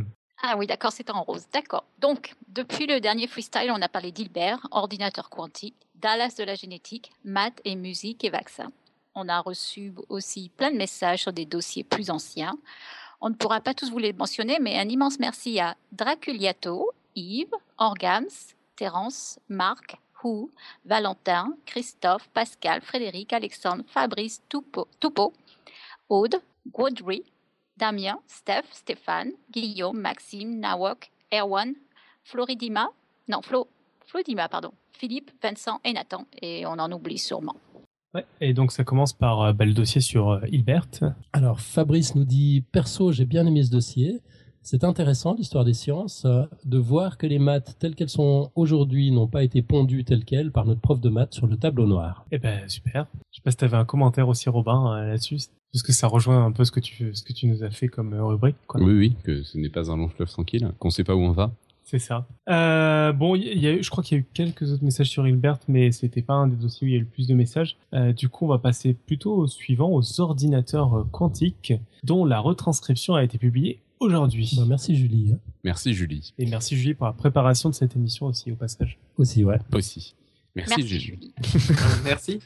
Ah oui, d'accord, c'est en rose. D'accord. Donc, depuis le dernier freestyle, on a parlé d'Hilbert, ordinateur quantique, Dallas de la génétique, maths et musique et vaccins. On a reçu aussi plein de messages sur des dossiers plus anciens. On ne pourra pas tous vous les mentionner, mais un immense merci à Draculiato, Yves, Orgams, Terence, Marc, Hou, Valentin, Christophe, Pascal, Frédéric, Alexandre, Fabrice, Toupo, Aude, Gaudry, Damien, Stéphane, Guillaume, Maxime, Nawok, Erwan, Flodima, Philippe, Vincent et Nathan. Et on en oublie sûrement. Ouais, et donc ça commence par le dossier sur Hilbert. Alors Fabrice nous dit « Perso, j'ai bien aimé ce dossier. C'est intéressant, l'histoire des sciences, de voir que les maths telles qu'elles sont aujourd'hui n'ont pas été pondues telles quelles par notre prof de maths sur le tableau noir. » Eh ben super. Je sais pas si tu avais un commentaire aussi, Robin, là-dessus, parce que ça rejoint un peu ce que tu nous as fait comme rubrique, quoi. Oui, que ce n'est pas un long fleuve tranquille, qu'on sait pas où on va. C'est ça. Bon, je crois qu'il y a eu quelques autres messages sur Hilbert, mais c'était pas un des dossiers où il y a eu le plus de messages. Du coup, on va passer plutôt au suivant, aux ordinateurs quantiques, dont la retranscription a été publiée aujourd'hui. Merci Julie. Merci Julie. Et merci Julie pour la préparation de cette émission aussi, au passage. Aussi, ouais. Aussi. Merci Julie. Merci.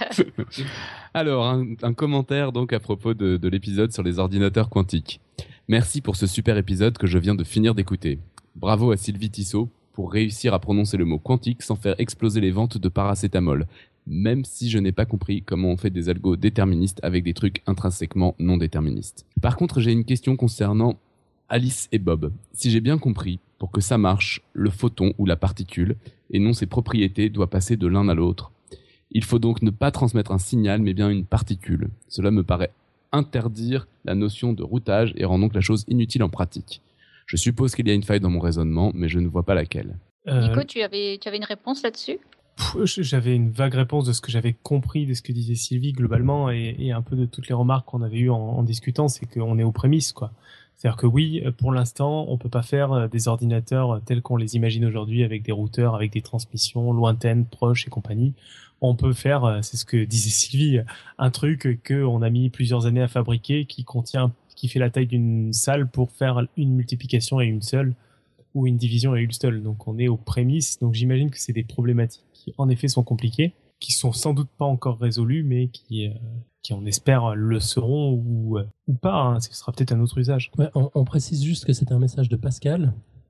Alors, un commentaire donc à propos de l'épisode sur les ordinateurs quantiques. Merci pour ce super épisode que je viens de finir d'écouter. Bravo à Sylvie Tissot pour réussir à prononcer le mot quantique sans faire exploser les ventes de paracétamol. Même si je n'ai pas compris comment on fait des algos déterministes avec des trucs intrinsèquement non déterministes. Par contre, j'ai une question concernant Alice et Bob. Si j'ai bien compris, pour que ça marche, le photon ou la particule, et non ses propriétés, doit passer de l'un à l'autre. Il faut donc ne pas transmettre un signal, mais bien une particule. Cela me paraît interdire la notion de routage et rend donc la chose inutile en pratique. Je suppose qu'il y a une faille dans mon raisonnement, mais je ne vois pas laquelle. Nico, tu avais une réponse là-dessus ? J'avais une vague réponse de ce que j'avais compris de ce que disait Sylvie globalement et un peu de toutes les remarques qu'on avait eues en discutant, c'est qu'on est aux prémices, quoi. C'est-à-dire que oui, pour l'instant, on peut pas faire des ordinateurs tels qu'on les imagine aujourd'hui avec des routeurs, avec des transmissions lointaines, proches et compagnie. On peut faire, c'est ce que disait Sylvie, un truc qu'on a mis plusieurs années à fabriquer qui fait la taille d'une salle pour faire une multiplication à une seule ou une division à une seule. Donc on est aux prémices. Donc j'imagine que c'est des problématiques qui en effet sont compliquées, qui sont sans doute pas encore résolues, mais qui on espère le seront ou pas. Hein. Ce sera peut-être un autre usage. Ouais, on précise juste que c'est un message de Pascal.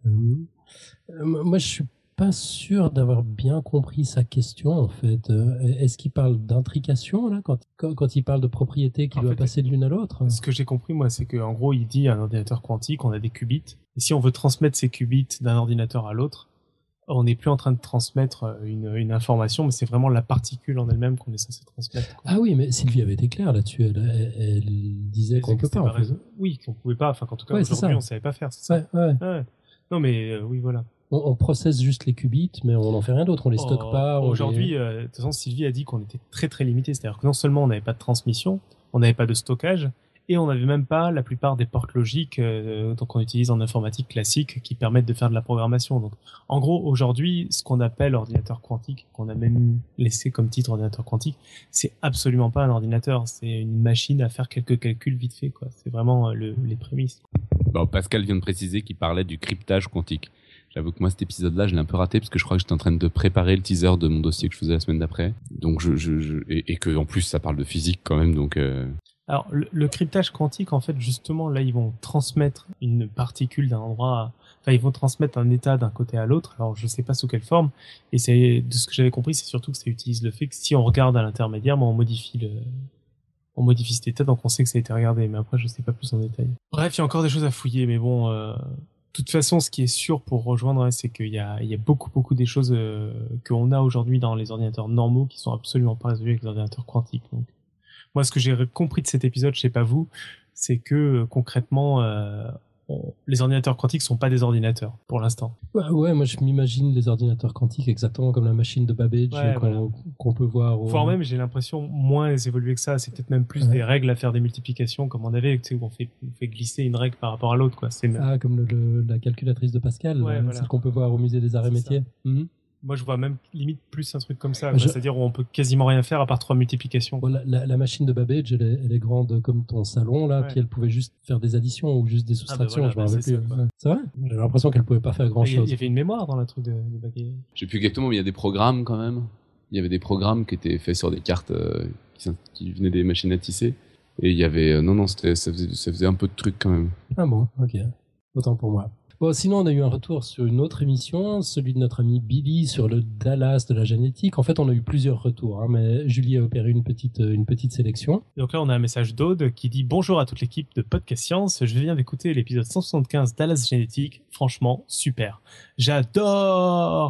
Moi je suis pas sûr d'avoir bien compris sa question en fait. Est-ce qu'il parle d'intrication là quand il parle de propriété qui doit passer de l'une à l'autre? Ce que j'ai compris moi, c'est qu'en gros il dit un ordinateur quantique, on a des qubits. Et si on veut transmettre ces qubits d'un ordinateur à l'autre, on n'est plus en train de transmettre une information, mais c'est vraiment la particule en elle-même qu'on est censé transmettre, quoi. Ah oui, mais Sylvie avait été claire là-dessus. Elle disait qu'on peut pas. En fait. Oui, qu'on pouvait pas. Enfin, qu'en tout cas aujourd'hui on savait pas faire. C'est ça. Ouais. Non, mais oui, voilà. On processe juste les qubits, mais on n'en fait rien d'autre. On les stocke pas. Aujourd'hui, de toute façon, Sylvie a dit qu'on était très très limité. C'est-à-dire que non seulement on n'avait pas de transmission, on n'avait pas de stockage, et on n'avait même pas la plupart des portes logiques qu'on utilise en informatique classique qui permettent de faire de la programmation. Donc, en gros, aujourd'hui, ce qu'on appelle ordinateur quantique, qu'on a même laissé comme titre ordinateur quantique, c'est absolument pas un ordinateur. C'est une machine à faire quelques calculs vite fait, quoi. C'est vraiment les prémices. Bon, Pascal vient de préciser qu'il parlait du cryptage quantique. J'avoue que moi, cet épisode-là, je l'ai un peu raté parce que je crois que j'étais en train de préparer le teaser de mon dossier que je faisais la semaine d'après. Donc, et que en plus, ça parle de physique quand même. Donc, Alors, le cryptage quantique, en fait, justement, là, ils vont transmettre une particule d'un endroit, enfin, ils vont transmettre un état d'un côté à l'autre. Alors, je sais pas sous quelle forme. Et c'est, de ce que j'avais compris, c'est surtout que ça utilise le fait que si on regarde à l'intermédiaire, on modifie cet état, donc on sait que ça a été regardé. Mais après, je sais pas plus en détail. Bref, il y a encore des choses à fouiller, mais bon, de toute façon, ce qui est sûr pour rejoindre, c'est qu'il y a beaucoup des choses qu'on a aujourd'hui dans les ordinateurs normaux qui sont absolument pas résolues avec les ordinateurs quantiques. Donc, moi, ce que j'ai compris de cet épisode, je sais pas vous, c'est que concrètement, les ordinateurs quantiques sont pas des ordinateurs pour l'instant. Ouais, moi je m'imagine les ordinateurs quantiques exactement comme la machine de Babbage qu'on peut voir. Voire même, j'ai l'impression moins évolué que ça. C'est peut-être même plus des règles à faire des multiplications comme on avait, tu sais, où on fait glisser une règle par rapport à l'autre, quoi. Comme la calculatrice de Pascal, celle qu'on peut voir au musée des Arts et Métiers. Moi, je vois même limite plus un truc comme ça, c'est-à-dire où on peut quasiment rien faire à part 3 multiplications. Bon, la machine de Babbage, elle est grande comme ton salon, là, puis elle pouvait juste faire des additions ou juste des soustractions, je me rappelle plus. C'est vrai? J'avais l'impression qu'elle pouvait pas faire grand-chose. Il y avait une mémoire dans le truc de Babbage. Je sais plus exactement, mais il y a des programmes quand même. Il y avait des programmes qui étaient faits sur des cartes qui venaient des machines à tisser. Et il y avait... ça faisait un peu de trucs quand même. Ah bon, ok. Autant pour moi. Bon, sinon, on a eu un retour sur une autre émission, celui de notre ami Billy sur le Dallas de la génétique. En fait, on a eu plusieurs retours, mais Julie a opéré une petite sélection. Donc là, on a un message d'Aude qui dit « Bonjour à toute l'équipe de Podcast Science. Je viens d'écouter l'épisode 175 Dallas Génétique. Franchement, super. J'adore !»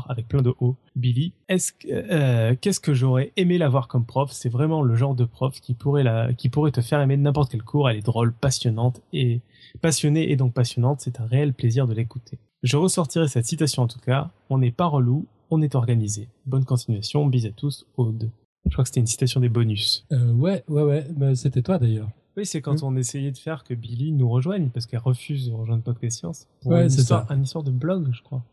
Avec plein de O. Billy, qu'est-ce que j'aurais aimé l'avoir comme prof? C'est vraiment le genre de prof qui pourrait te faire aimer n'importe quel cours. Elle est drôle, passionnée et donc passionnante. C'est un réel plaisir de l'écouter. Je ressortirai cette citation en tout cas. On n'est pas relou, on est organisé. Bonne continuation, bis à tous, Aude. Je crois que c'était une citation des bonus. Ouais, mais c'était toi d'ailleurs. Oui, c'est quand on essayait de faire que Billy nous rejoigne, parce qu'elle refuse de rejoindre Podcast Science. Pour une histoire de blog, je crois.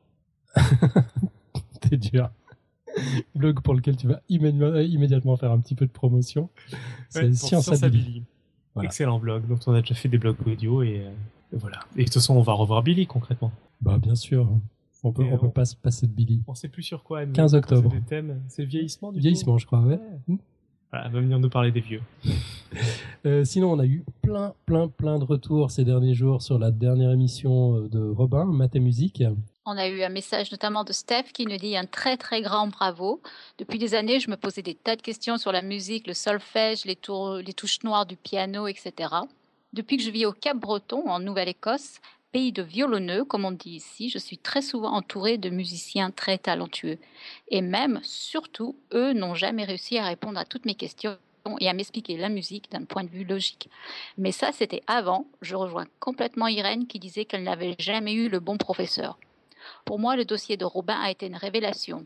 T'es dur. Blog pour lequel tu vas immédiatement faire un petit peu de promotion. C'est Science à Billy. Voilà. Excellent blog, dont on a déjà fait des blogs audio et voilà. Et de toute façon, on va revoir Billy concrètement. Bah bien sûr. On peut pas se passer de Billy. On sait plus sur quoi. 15 octobre. C'est le vieillissement Vieillissement, je crois, ouais. Voilà, elle va venir nous parler des vieux. Sinon, on a eu plein de retours ces derniers jours sur la dernière émission de Robin, Maths et Musique. On a eu un message notamment de Steph qui nous dit un très très grand bravo. Depuis des années, je me posais des tas de questions sur la musique, le solfège, les touches noires du piano, etc. Depuis que je vis au Cap-Breton, en Nouvelle-Écosse, pays de violonneux, comme on dit ici, je suis très souvent entourée de musiciens très talentueux. Et même, surtout, eux n'ont jamais réussi à répondre à toutes mes questions et à m'expliquer la musique d'un point de vue logique. Mais ça, c'était avant. Je rejoins complètement Irène qui disait qu'elle n'avait jamais eu le bon professeur. Pour moi, le dossier de Robin a été une révélation,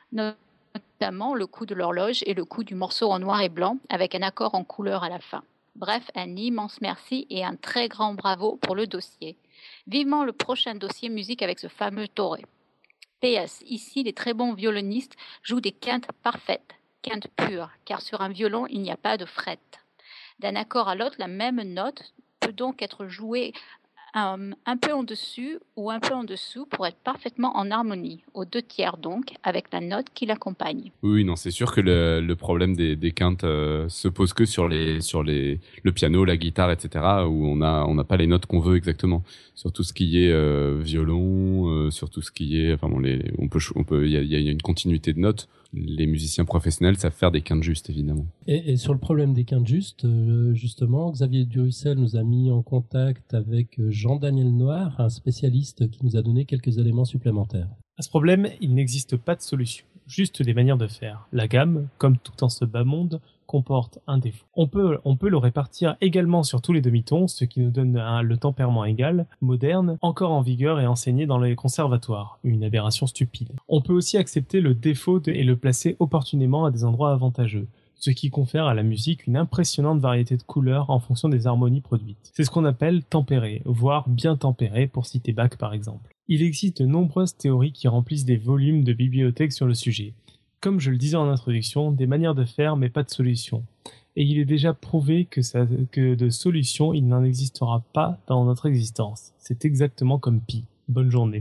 notamment le coup de l'horloge et le coup du morceau en noir et blanc avec un accord en couleur à la fin. Bref, un immense merci et un très grand bravo pour le dossier. Vivement le prochain dossier musique avec ce fameux Toré. PS, ici, les très bons violonistes jouent des quintes parfaites, quintes pures, car sur un violon, il n'y a pas de fret. D'un accord à l'autre, la même note peut donc être jouée un peu en dessus ou un peu en dessous pour être parfaitement en harmonie, aux 2/3 donc, avec la note qui l'accompagne. Oui, non, c'est sûr que le problème des quintes se pose que sur le piano, la guitare, etc., où on n'a pas les notes qu'on veut exactement. Sur tout ce qui est violon, sur tout ce qui est, enfin bon, il y a une continuité de notes. Les musiciens professionnels savent faire des quintes justes, évidemment. Et sur le problème des quintes justes, justement, Xavier Durussel nous a mis en contact avec Jean-Daniel Noir, un spécialiste qui nous a donné quelques éléments supplémentaires. À ce problème, il n'existe pas de solution, juste des manières de faire. La gamme, comme tout en ce bas monde, comporte un défaut. On peut le répartir également sur tous les demi-tons, ce qui nous donne le tempérament égal, moderne, encore en vigueur et enseigné dans les conservatoires. Une aberration stupide. On peut aussi accepter le défaut et le placer opportunément à des endroits avantageux, ce qui confère à la musique une impressionnante variété de couleurs en fonction des harmonies produites. C'est ce qu'on appelle tempéré, voire bien tempéré, pour citer Bach par exemple. Il existe de nombreuses théories qui remplissent des volumes de bibliothèques sur le sujet. Comme je le disais en introduction, des manières de faire mais pas de solution. Et il est déjà prouvé que de solution, il n'en existera pas dans notre existence. C'est exactement comme pi. Bonne journée.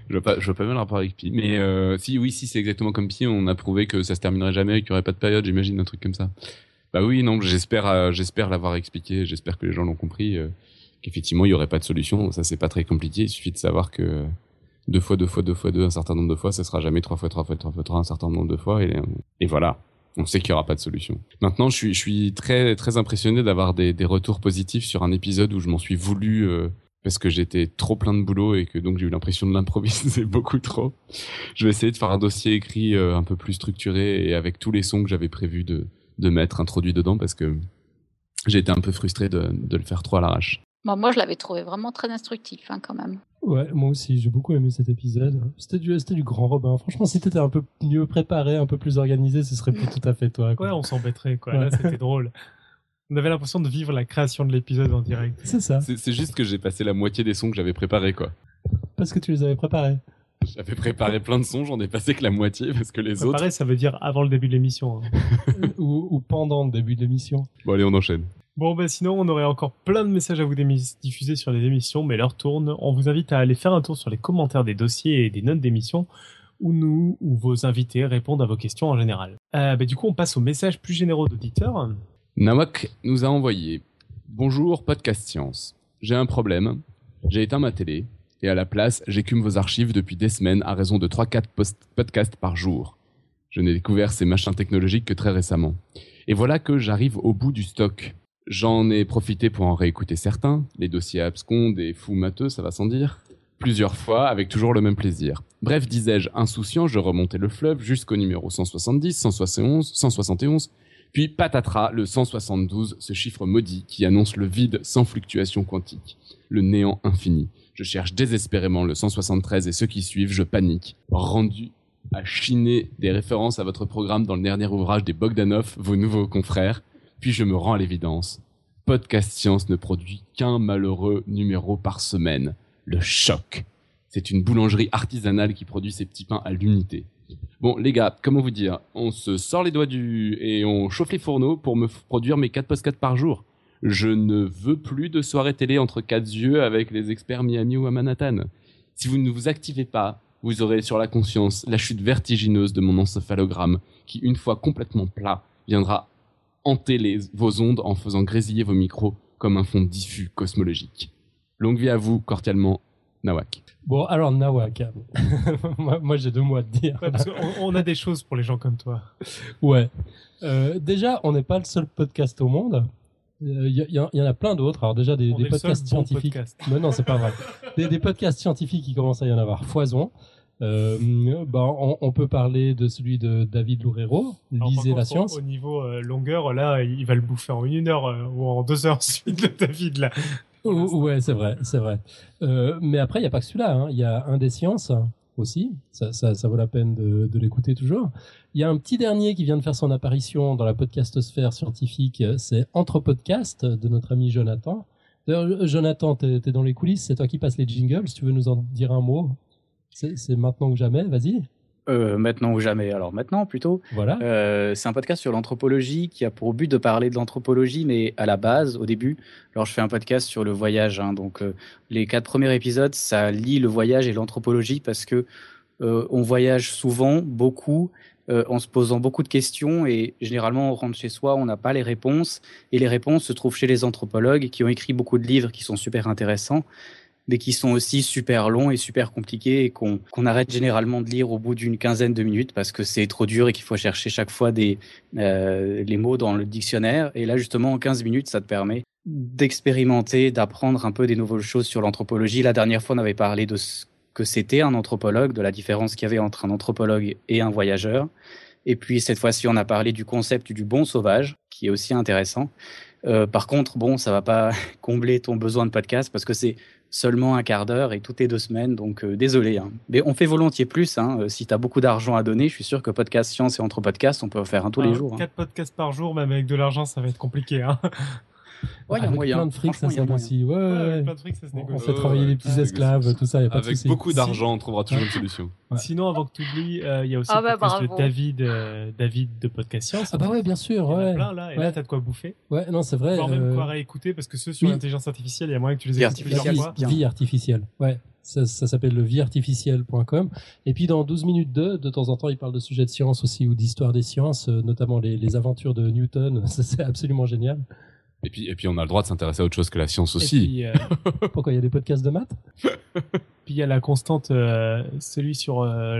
Je vois pas bien le rapport avec Pi. Mais si c'est exactement comme Pi, on a prouvé que ça se terminerait jamais et qu'il y aurait pas de période, j'imagine, un truc comme ça. Bah oui, non, j'espère l'avoir expliqué, j'espère que les gens l'ont compris, qu'effectivement il y aurait pas de solution. Ça c'est pas très compliqué, il suffit de savoir que 2 fois 2 fois 2 fois 2, un certain nombre de fois, ça sera jamais 3 fois 3 fois 3 fois 3, un certain nombre de fois, et voilà. On sait qu'il y aura pas de solution. Maintenant, je suis très très impressionné d'avoir des retours positifs sur un épisode où je m'en suis voulu parce que j'étais trop plein de boulot et que donc j'ai eu l'impression de l'improviser beaucoup trop. Je vais essayer de faire un dossier écrit un peu plus structuré et avec tous les sons que j'avais prévu de mettre introduits dedans parce que j'ai été un peu frustré de le faire trop à l'arrache. Bon, moi, je l'avais trouvé vraiment très instructif, quand même. Ouais, moi aussi, j'ai beaucoup aimé cet épisode. C'était du grand Robin. Franchement, si t'étais un peu mieux préparé, un peu plus organisé, ce serait plus tout à fait toi, quoi. Ouais, on s'embêterait, quoi. Ouais. Là, c'était drôle. On avait l'impression de vivre la création de l'épisode en direct. C'est ça. C'est juste que j'ai passé la moitié des sons que j'avais préparés, quoi. Parce que tu les avais préparés. J'avais préparé plein de sons, j'en ai passé que la moitié parce que les autres... Pareil, ça veut dire avant le début de l'émission. Hein. ou pendant le début de l'émission. Bon, allez, on enchaîne. Bon, bah sinon, on aurait encore plein de messages à vous diffuser sur les émissions, mais l'heure tourne. On vous invite à aller faire un tour sur les commentaires des dossiers et des notes d'émissions où vos invités répondent à vos questions en général. Du coup, on passe aux messages plus généraux d'auditeurs. Nawak nous a envoyé « Bonjour, Podcast Science. J'ai un problème. J'ai éteint ma télé et à la place, j'écume vos archives depuis des semaines à raison de 3-4 podcasts par jour. Je n'ai découvert ces machins technologiques que très récemment. Et voilà que j'arrive au bout du stock. J'en ai profité pour en réécouter certains, les dossiers abscons, des fous matheux, ça va sans dire, plusieurs fois avec toujours le même plaisir. Bref, disais-je, insouciant, je remontais le fleuve jusqu'au numéro 170, 171, puis patatras, le 172, ce chiffre maudit qui annonce le vide sans fluctuation quantique, le néant infini. Je cherche désespérément le 173 et ceux qui suivent, je panique, rendu à chiner des références à votre programme dans le dernier ouvrage des Bogdanov, vos nouveaux confrères. Puis je me rends à l'évidence. Podcast Science ne produit qu'un malheureux numéro par semaine. Le choc. C'est une boulangerie artisanale qui produit ses petits pains à l'unité. Bon, les gars, comment vous dire? On se sort les doigts et on chauffe les fourneaux pour me produire mes 4 podcasts par jour. Je ne veux plus de soirée télé entre 4 yeux avec les experts Miami ou à Manhattan. Si vous ne vous activez pas, vous aurez sur la conscience la chute vertigineuse de mon encéphalogramme qui, une fois complètement plat, viendra hanter vos ondes en faisant grésiller vos micros comme un fond diffus cosmologique. Longue vie à vous, cordialement, Nawak. Bon, alors Nawak, moi j'ai 2 mots à te dire. Ouais, parce qu'on a des choses pour les gens comme toi. Ouais. Déjà, on n'est pas le seul podcast au monde. Il y en a plein d'autres. Alors déjà, des podcasts scientifiques. Podcast. Mais non, c'est pas vrai. Des podcasts scientifiques qui commencent à y en avoir foison. On peut parler de celui de David Loureiro, Lisez la science. Au niveau longueur, là, il va le bouffer en 1 heure ou en 2 heures suite, le David, là. Ouais, c'est vrai. Mais après, il n'y a pas que celui-là. Hein. Il y a un des sciences aussi. Ça vaut la peine de l'écouter toujours. Il y a un petit dernier qui vient de faire son apparition dans la podcastosphère scientifique. C'est Entrepodcast de notre ami Jonathan. D'ailleurs, Jonathan, t'es dans les coulisses. C'est toi qui passes les jingles. Si tu veux nous en dire un mot. C'est maintenant ou jamais, vas-y. Maintenant ou jamais, alors maintenant plutôt. Voilà. C'est un podcast sur l'anthropologie qui a pour but de parler de l'anthropologie, mais à la base, au début, alors je fais un podcast sur le voyage, hein, donc les 4 premiers épisodes, ça lie le voyage et l'anthropologie parce que on voyage souvent, beaucoup, en se posant beaucoup de questions et généralement on rentre chez soi, on n'a pas les réponses et les réponses se trouvent chez les anthropologues qui ont écrit beaucoup de livres qui sont super intéressants, mais qui sont aussi super longs et super compliqués et qu'on arrête généralement de lire au bout d'une quinzaine de minutes parce que c'est trop dur et qu'il faut chercher chaque fois les mots dans le dictionnaire. Et là, justement, en 15 minutes, ça te permet d'expérimenter, d'apprendre un peu des nouvelles choses sur l'anthropologie. La dernière fois, on avait parlé de ce que c'était un anthropologue, de la différence qu'il y avait entre un anthropologue et un voyageur. Et puis, cette fois-ci, on a parlé du concept du bon sauvage, qui est aussi intéressant. Par contre, bon, ça va pas combler ton besoin de podcast parce que c'est seulement un quart d'heure et toutes les 2 semaines, donc désolé. Hein. Mais on fait volontiers plus. Hein. Si tu as beaucoup d'argent à donner, je suis sûr que Podcast Science et Entre Podcasts, on peut en faire un tous les jours. 4 podcasts par jour, même avec de l'argent, ça va être compliqué. Hein. Ouais, il y a Avec moyen. plein de fric, ça Franchement, il y a s'aide moyen. aussi. Ouais, ouais, ouais. plein de fric, ça se On négocie. fait travailler les petits esclaves, tout ça, il n'y a pas de Avec souci. beaucoup d'argent, on trouvera toujours une solution. Ouais. Sinon, avant que tu oublies, il y a aussi Ah le bah, podcast de bravo. David de Podcast Science. Ah bah ouais, bien sûr, Il y en a ouais. plein là, et Ouais. là, t'as de quoi bouffer. Ouais, non, c'est vrai. Voire même quoi réécouter, parce que ceux sur oui. l'intelligence artificielle, il y a moyen que tu les Vie écoutes plusieurs artificielle, fois. bien. Vie artificielle, ouais. Ça s'appelle le vieartificiel.com. Et puis dans 12 minutes 2, de temps en temps, il parle de sujets de science aussi ou d'histoire des sciences, notamment les aventures de Newton. Ça, c'est absolument génial. Et puis on a le droit de s'intéresser à autre chose que la science Et aussi. puis, Pourquoi il y a des podcasts de maths? puis il y a la constante, celui sur.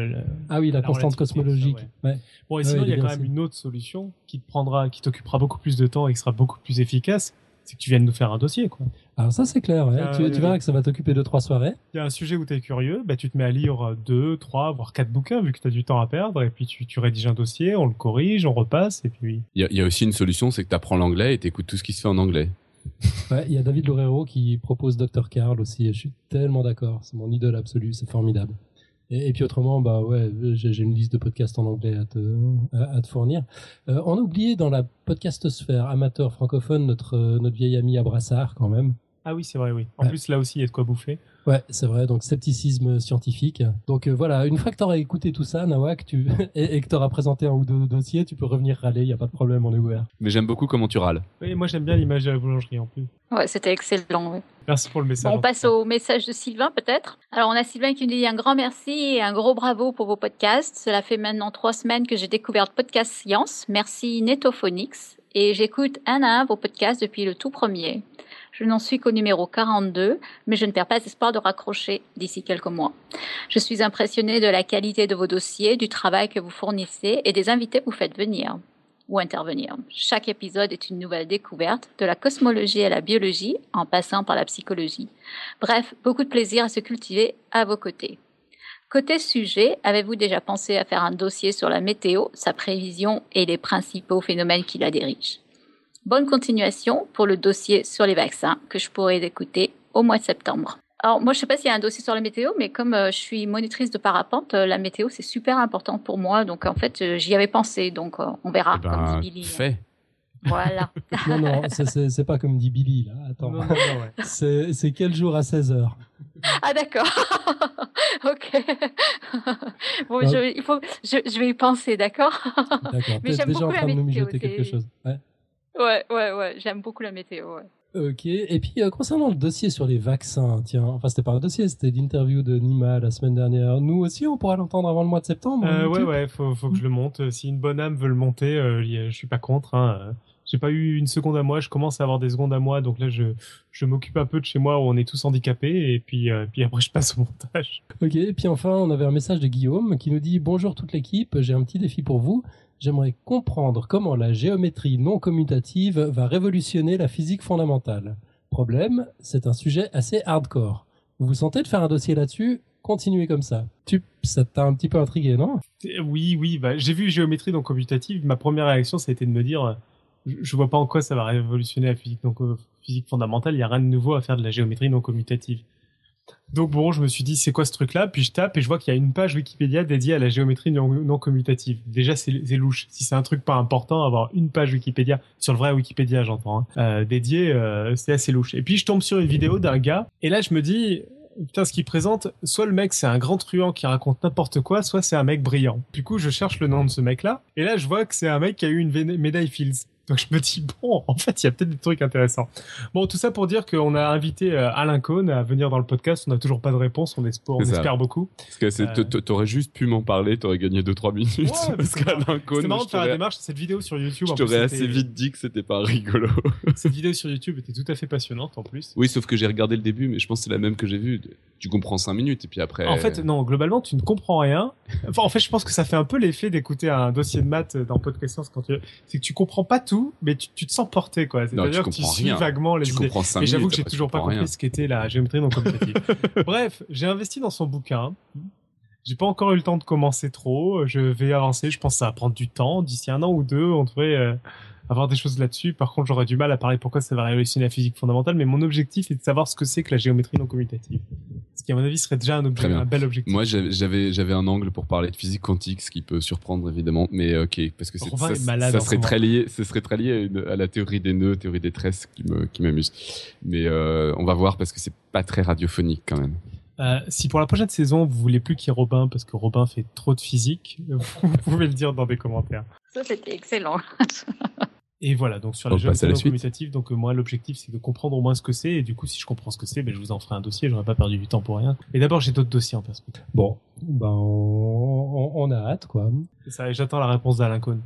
Ah oui, la constante relativité, cosmologique. ça, Ouais. Bon, et Ouais, sinon, il y a il est quand bien même fait. une autre solution qui t'occupera beaucoup plus de temps et qui sera beaucoup plus efficace. C'est que tu viennes nous faire un dossier, quoi. Alors ça, c'est clair. Ouais. Tu verras que ça va t'occuper 2-3 soirées. Il y a un sujet où tu es curieux, bah, tu te mets à lire 2, 3, voire 4 bouquins vu que tu as du temps à perdre, et puis tu rédiges un dossier, on le corrige, on repasse, et puis... Il y a aussi une solution, c'est que tu apprends l'anglais et tu écoutes tout ce qui se fait en anglais. Ouais, il y a David Loureiro qui propose Dr. Karl aussi, et je suis tellement d'accord. C'est mon idole absolue, c'est formidable. Et puis autrement, bah ouais, j'ai une liste de podcasts en anglais à te fournir. On a oublié dans la podcastosphère amateur francophone notre vieil ami Abrassard quand même. Ah oui, c'est vrai, oui. En Ouais. plus, là aussi, il y a de quoi bouffer. Ouais, c'est vrai, donc scepticisme scientifique. Donc voilà, une fois que tu auras écouté tout ça, Nawak, et que tu auras présenté un ou deux dossiers, tu peux revenir râler, il n'y a pas de problème, on est ouvert. Mais j'aime beaucoup comment tu râles. Et moi, j'aime bien l'image de la boulangerie en plus. Ouais, c'était excellent. Ouais. Merci pour le message. Bon, on passe au message de Sylvain, peut-être. Alors, on a Sylvain qui nous dit un grand merci et un gros bravo pour vos podcasts. Cela fait maintenant 3 semaines que j'ai découvert Podcast Science. Merci Netophonix. Et j'écoute un à un vos podcasts depuis le tout premier. Je n'en suis qu'au numéro 42, mais je ne perds pas espoir de raccrocher d'ici quelques mois. Je suis impressionnée de la qualité de vos dossiers, du travail que vous fournissez et des invités que vous faites venir ou intervenir. Chaque épisode est une nouvelle découverte, de la cosmologie à la biologie, en passant par la psychologie. Bref, beaucoup de plaisir à se cultiver à vos côtés. Côté sujet, avez-vous déjà pensé à faire un dossier sur la météo, sa prévision et les principaux phénomènes qui la dirigent? Bonne continuation pour le dossier sur les vaccins que je pourrai écouter au mois de septembre. Alors moi, je ne sais pas s'il y a un dossier sur la météo, mais comme je suis monitrice de parapente, la météo, c'est super important pour moi. Donc en fait, j'y avais pensé. Donc on verra, Eh ben, comme dit Billy. fais. Voilà. Non, c'est pas comme dit Billy, là. Attends. Non, ouais. C'est quel jour à 16h? Ah d'accord. Ok. Bon, Ouais. je vais y penser, d'accord. D'accord. Mais T'es j'aime déjà en beaucoup train la de nous météo, mijoter quelque c'est- chose. Ouais. Ouais. J'aime beaucoup la météo. Ouais. Ok. Et puis, concernant le dossier sur les vaccins, tiens, enfin, c'était pas un dossier, c'était l'interview de Nima la semaine dernière. Nous aussi, on pourra l'entendre avant le mois de septembre. YouTube. Ouais, faut que je le monte. Si une bonne âme veut le monter, je suis pas contre. Hein. J'ai pas eu une seconde à moi, je commence à avoir des secondes à moi, donc là je m'occupe un peu de chez moi où on est tous handicapés, et puis après je passe au montage. Ok. Et puis enfin, on avait un message de Guillaume qui nous dit: bonjour toute l'équipe, j'ai un petit défi pour vous. J'aimerais comprendre comment la géométrie non commutative va révolutionner la physique fondamentale. Problème, c'est un sujet assez hardcore. Vous vous sentez de faire un dossier là-dessus? Continuez comme ça. Ça t'a un petit peu intrigué, non? Oui, bah, j'ai vu géométrie non commutative, ma première réaction ça a été de me dire, je vois pas en quoi ça va révolutionner la physique fondamentale, il y a rien de nouveau à faire de la géométrie non commutative. Donc bon, je me suis dit, c'est quoi ce truc-là? Puis je tape et je vois qu'il y a une page Wikipédia dédiée à la géométrie non commutative. Déjà, c'est louche. Si c'est un truc pas important, avoir une page Wikipédia, sur le vrai Wikipédia, j'entends, dédiée, c'est assez louche. Et puis je tombe sur une vidéo d'un gars, et là je me dis, putain, ce qu'il présente, soit le mec c'est un grand truand qui raconte n'importe quoi, soit c'est un mec brillant. Du coup, je cherche le nom de ce mec-là, et là je vois que c'est un mec qui a eu une médaille Fields. Donc je me dis, bon, en fait, il y a peut-être des trucs intéressants. Bon, tout ça pour dire qu'on a invité Alain Cohn à venir dans le podcast. On n'a toujours pas de réponse, on espère beaucoup. Parce que t'aurais juste pu m'en parler, t'aurais gagné 2-3 minutes. Ouais, parce qu'Alain Cohn, c'était marrant de je faire la t'aurais- démarche. Cette vidéo sur YouTube, je en plus, t'aurais c'était- assez vite dit que c'était pas rigolo. Cette vidéo sur YouTube était tout à fait passionnante en plus. Oui, sauf que j'ai regardé le début, mais je pense que c'est la même que j'ai vue. Tu comprends 5 minutes, et puis après... En fait, non, globalement, tu ne comprends rien. Enfin, en fait, je pense que ça fait un peu l'effet d'écouter un dossier de maths dans Podcast Science c'est que tu comprends pas tout, mais tu te sens porté, quoi. Non, tu C'est-à-dire que tu comprends suis rien. vaguement les tu idées. comprends 5 Mais minutes. j'avoue que j'ai après, tu toujours pas comprends compris rien. ce qu'était la géométrie non commutative. Bref, j'ai investi dans son bouquin. J'ai pas encore eu le temps de commencer trop. Je vais avancer. Je pense que ça va prendre du temps. D'ici 1 an ou 2, on devrait avoir des choses là-dessus. Par contre, j'aurais du mal à parler pourquoi ça va révolutionner la physique fondamentale. Mais mon objectif est de savoir ce que c'est que la géométrie non commutative. Ce qui, à mon avis, serait déjà Très bien. un bel objectif. Moi, j'avais un angle pour parler de physique quantique, ce qui peut surprendre évidemment, mais ok, parce que Romain est malade ça en serait ce très lié, ce serait très lié à la théorie des nœuds, théorie des tresses qui m'amuse. Mais on va voir parce que c'est pas très radiophonique quand même. Si pour la prochaine saison, vous voulez plus qu'il y ait Robin parce que Robin fait trop de physique, vous pouvez le dire dans des commentaires. Ça, c'était excellent. Et voilà, donc sur On les jeux passe à la suite. commutatifs, donc moi l'objectif c'est de comprendre au moins ce que c'est, et du coup si je comprends ce que c'est, ben, je vous en ferai un dossier, j'aurais pas perdu du temps pour rien. Et d'abord j'ai d'autres dossiers en perspective. Bon, ben on a hâte quoi. C'est ça, et j'attends la réponse d'Alain Cohn.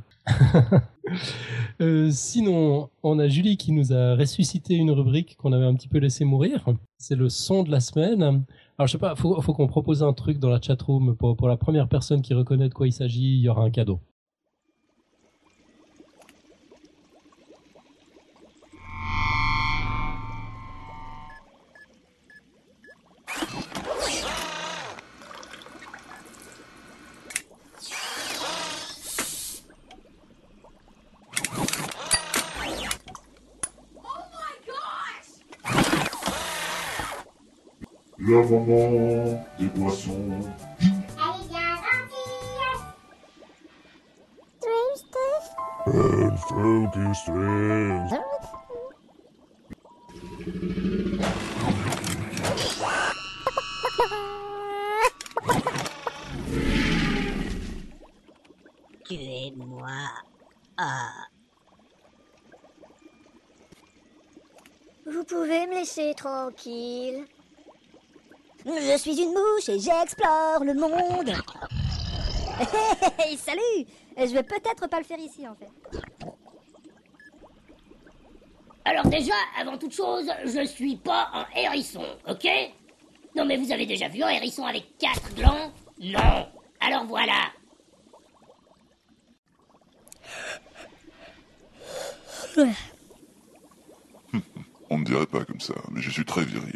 Sinon, on a Julie qui nous a ressuscité une rubrique qu'on avait un petit peu laissé mourir. C'est le son de la semaine. Alors je sais pas, faut qu'on propose un truc dans la chatroom pour la première personne qui reconnaît de quoi il s'agit, il y aura un cadeau. Le moment des boissons. Allez, viens, Strange stuff. And focus strange. Tuez-moi. Vous pouvez me laisser tranquille. Je suis une mouche et j'explore le monde. Hey, salut! Je vais peut-être pas le faire ici en fait. Alors déjà, avant toute chose, je suis pas un hérisson, ok? Non mais vous avez déjà vu un hérisson avec 4 glands? Non. Alors voilà. On ne dirait pas comme ça, mais je suis très viril.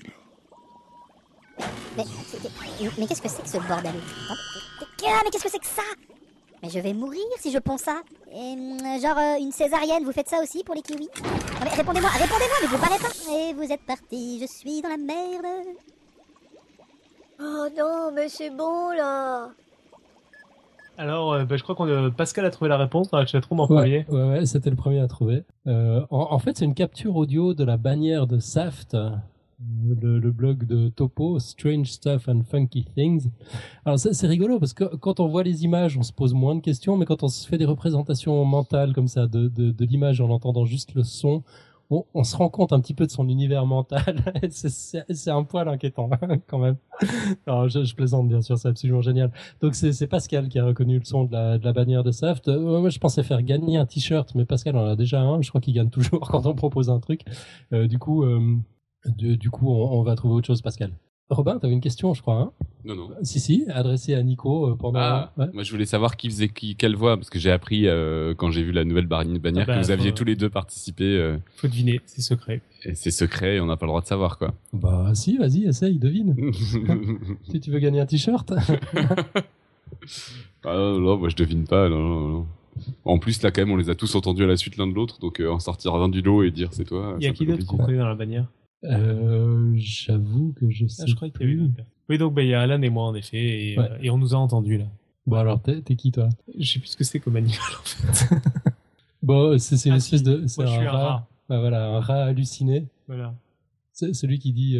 Mais qu'est-ce que c'est que ce bordel? Mais qu'est-ce que c'est que ça? Mais je vais mourir si je ponds ça. Et, genre une césarienne, vous faites ça aussi pour les kiwis? Non, mais répondez-moi, mais vous parlez pas. Et vous êtes parti, je suis dans la merde. Oh non, mais c'est bon là. Alors, je crois que Pascal a trouvé la réponse dans la chatroom en premier. Ouais, c'était le premier à trouver. En fait, c'est une capture audio de la bannière de Saft, le blog de Topo, Strange Stuff and Funky Things. Alors c'est rigolo parce que quand on voit les images, on se pose moins de questions, mais quand on se fait des représentations mentales comme ça de l'image en entendant juste le son, on se rend compte un petit peu de son univers mental. c'est un poil inquiétant quand même. Alors, je plaisante bien sûr, c'est absolument génial. Donc c'est Pascal qui a reconnu le son de la bannière de Saft. Moi je pensais faire gagner un t-shirt, mais Pascal en a déjà un. Je crois qu'il gagne toujours quand on propose un truc. Du coup, on va trouver autre chose, Pascal. Robin, t'avais une question, je crois, hein? Non. Si, adressée à Nico pendant... Ouais. Moi je voulais savoir qui faisait quelle voix, parce que j'ai appris quand j'ai vu la nouvelle bannière que vous aviez tous les deux participé. Faut deviner, c'est secret. Et c'est secret et on n'a pas le droit de savoir, quoi. Bah si, vas-y, essaye, devine. Si tu veux gagner un t-shirt. Non, moi je devine pas, non. En plus, là, quand même, on les a tous entendus à la suite l'un de l'autre, donc en sortir l'un du lot et dire c'est toi. Il y a qui d'autre qu'on connaît dans la bannière? J'avoue que je sais. Je crois qu'il y avait une autre personne. Oui, donc il y a Alan et moi en effet, et on nous a entendus là. Bon, alors t'es qui toi? Je sais plus ce que c'est comme animal en fait. Bon, c'est une espèce de. Moi, je suis un rat. Bah, voilà, un rat halluciné. Voilà. C'est celui qui dit.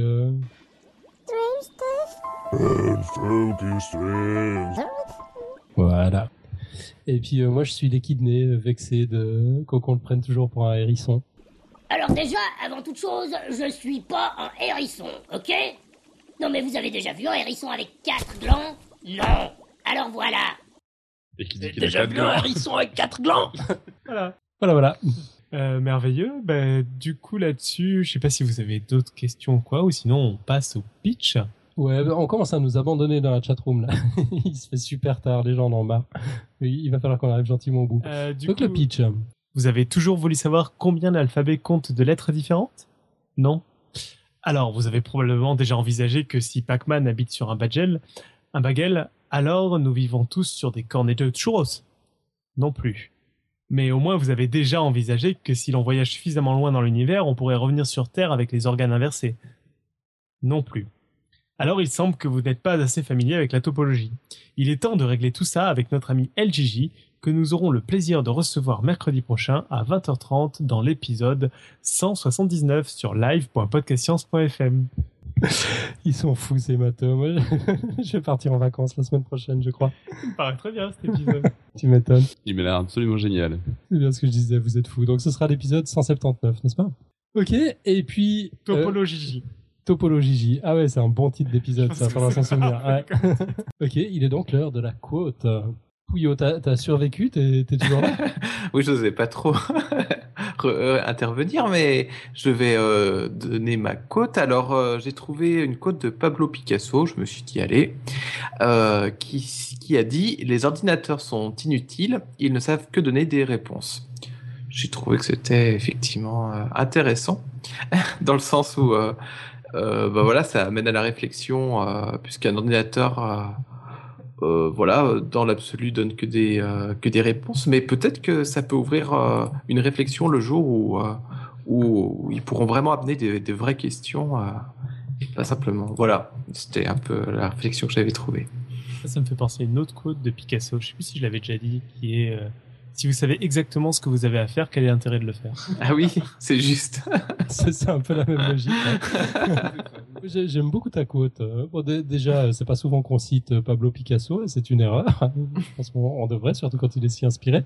Voilà. Et puis moi je suis l'équidné, vexé qu'on le prenne toujours pour un hérisson. Alors déjà, avant toute chose, je suis pas un hérisson, ok? Non mais vous avez déjà vu un hérisson avec 4 glands? Non. Alors voilà. Et qui dit qu'il a déjà 4 vu glands? un hérisson avec 4 glands? Voilà. Merveilleux. Du coup là-dessus, je sais pas si vous avez d'autres questions ou quoi, ou sinon on passe au pitch. Ouais, on commence à nous abandonner dans la chatroom là. Il se fait super tard, les gens en ont marre. Il va falloir qu'on arrive gentiment au bout. Donc le pitch. Vous avez toujours voulu savoir combien l'alphabet compte de lettres différentes? Non? Alors, vous avez probablement déjà envisagé que si Pac-Man habite sur un bagel, alors nous vivons tous sur des cornets de churros? Non plus. Mais au moins vous avez déjà envisagé que si l'on voyage suffisamment loin dans l'univers, on pourrait revenir sur Terre avec les organes inversés? Non plus. Alors il semble que vous n'êtes pas assez familier avec la topologie. Il est temps de régler tout ça avec notre ami LGJ, que nous aurons le plaisir de recevoir mercredi prochain à 20h30 dans l'épisode 179 sur live.podcastscience.fm. Ils sont fous ces matheux. Moi, je vais partir en vacances la semaine prochaine, je crois. Ça me paraît très bien cet épisode. Tu m'étonnes. Il m'a l'air absolument génial. C'est bien ce que je disais, vous êtes fous. Donc ce sera l'épisode 179, n'est-ce pas? Ok, et puis... Topologie. Topologie. Ah ouais, c'est un bon titre d'épisode, ça, faudra s'en souvenir. Ouais. Ok, il est donc l'heure de la quote. Pouillot, t'as survécu? T'es toujours là? Oui, je n'osais pas trop intervenir, mais je vais donner ma quote. Alors, j'ai trouvé une quote de Pablo Picasso, je me suis dit, allez, qui a dit « Les ordinateurs sont inutiles, ils ne savent que donner des réponses ». J'ai trouvé que c'était effectivement intéressant, dans le sens où voilà, ça amène à la réflexion, puisqu'un ordinateur... voilà, dans l'absolu donne que des réponses, mais peut-être que ça peut ouvrir une réflexion le jour où ils pourront vraiment amener des vraies questions, et pas simplement. Voilà, c'était un peu la réflexion que j'avais trouvée. Ça me fait penser à une autre quote de Picasso, je sais plus si je l'avais déjà dit, qui est si vous savez exactement ce que vous avez à faire, quel est l'intérêt de le faire? Ah oui, c'est juste. C'est un peu la même logique. Hein. J'aime beaucoup ta quote. Bon, déjà, c'est pas souvent qu'on cite Pablo Picasso, et c'est une erreur. Je pense qu'on devrait, surtout quand il est si inspiré.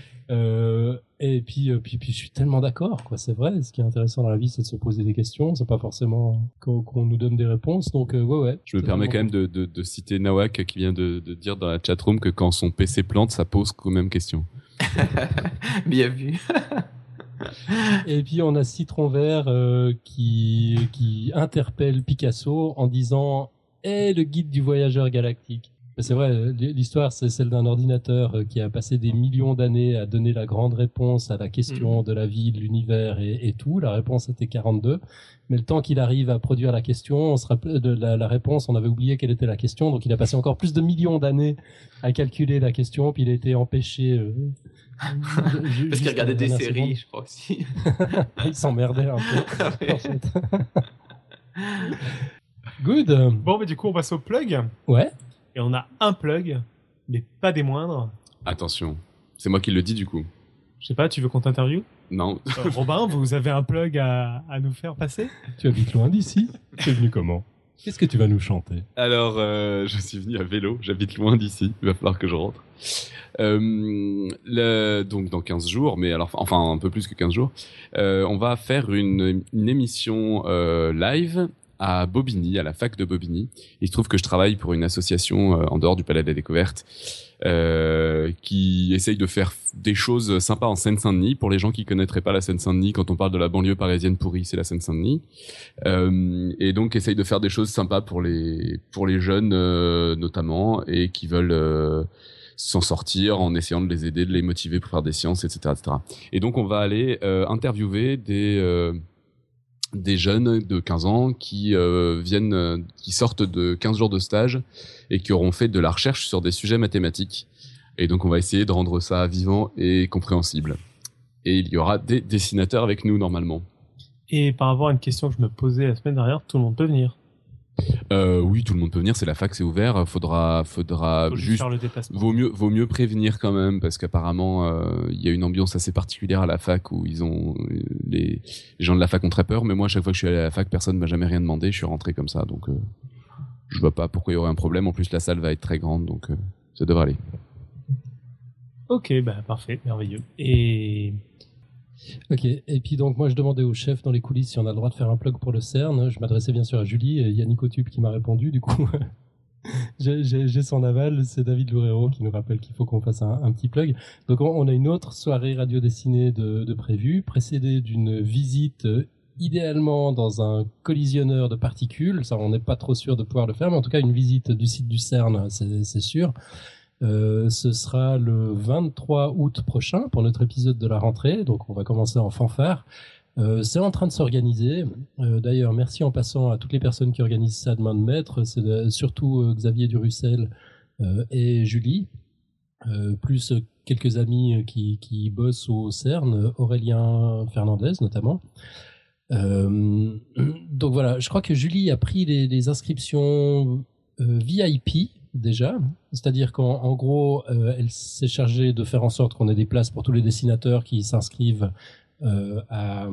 Et puis, je suis tellement d'accord, quoi. C'est vrai. Ce qui est intéressant dans la vie, c'est de se poser des questions. C'est pas forcément qu'on nous donne des réponses. Donc, ouais. Je me permets quand même de citer Nawak qui vient de dire dans la chatroom que quand son PC plante, ça pose quand même question. Bien vu. Et puis on a Citron Vert qui interpelle Picasso en disant « Eh, le guide du voyageur galactique ». C'est vrai, l'histoire c'est celle d'un ordinateur qui a passé des millions d'années à donner la grande réponse à la question de la vie, de l'univers et tout. La réponse était 42. Mais le temps qu'il arrive à produire la question, on se rappelait de la réponse, on avait oublié quelle était la question. Donc il a passé encore plus de millions d'années à calculer la question, puis il a été empêché... Parce qu'il regardait des séries, je crois aussi. Il s'emmerdait un peu. En fait. Good. Bon, mais du coup, on passe au plug. Ouais. Et on a un plug, mais pas des moindres. Attention, c'est moi qui le dis du coup. Je sais pas, tu veux qu'on t'interviewe? Non. Robin, vous avez un plug à nous faire passer? Tu habites loin d'ici? Tu es venu comment? Qu'est-ce que tu vas nous chanter? Alors, je suis venu à vélo, j'habite loin d'ici, il va falloir que je rentre. Donc dans 15 jours, mais alors enfin un peu plus que 15 jours, on va faire une émission live à Bobigny, à la fac de Bobigny. Il se trouve que je travaille pour une association en dehors du Palais de la Découverte qui essaye de faire des choses sympas en Seine-Saint-Denis. Pour les gens qui connaîtraient pas la Seine-Saint-Denis, quand on parle de la banlieue parisienne pourrie, c'est la Seine-Saint-Denis. Et donc essaye de faire des choses sympas pour les jeunes notamment, et qui veulent s'en sortir en essayant de les aider, de les motiver pour faire des sciences, etc., etc. Et donc on va aller interviewer des jeunes de 15 ans qui qui sortent de 15 jours de stage et qui auront fait de la recherche sur des sujets mathématiques. Et donc on va essayer de rendre ça vivant et compréhensible. Et il y aura des dessinateurs avec nous normalement. Et par rapport à une question que je me posais la semaine dernière, tout le monde peut venir? Oui, tout le monde peut venir, c'est la fac, c'est ouvert. Faudra Faut juste faire le déplacement. vaut mieux prévenir quand même, parce qu'apparemment il y a une ambiance assez particulière à la fac où les gens de la fac ont très peur. Mais moi, à chaque fois que je suis allé à la fac, personne m'a jamais rien demandé. Je suis rentré comme ça, donc je vois pas pourquoi il y aurait un problème. En plus, la salle va être très grande, donc ça devrait aller. Ok, bah parfait, merveilleux. Et Ok, et puis donc moi je demandais au chef dans les coulisses si on a le droit de faire un plug pour le CERN. Je m'adressais bien sûr à Julie, et Yannick Autube qui m'a répondu, du coup j'ai son aval. C'est David Loureiro qui nous rappelle qu'il faut qu'on fasse un petit plug. Donc on a une autre soirée radio dessinée de prévue, précédée d'une visite idéalement dans un collisionneur de particules. Ça, on n'est pas trop sûr de pouvoir le faire, mais en tout cas une visite du site du CERN, c'est sûr. Ce sera le 23 août prochain pour notre épisode de la rentrée, donc on va commencer en fanfare. C'est en train de s'organiser. D'ailleurs, merci en passant à toutes les personnes qui organisent ça de main de maître. C'est surtout Xavier Durussel et Julie, plus quelques amis qui bossent au CERN, Aurélien Fernandez notamment. Donc voilà, je crois que Julie a pris les inscriptions VIP déjà, c'est-à-dire qu'en gros, elle s'est chargée de faire en sorte qu'on ait des places pour tous les dessinateurs qui s'inscrivent à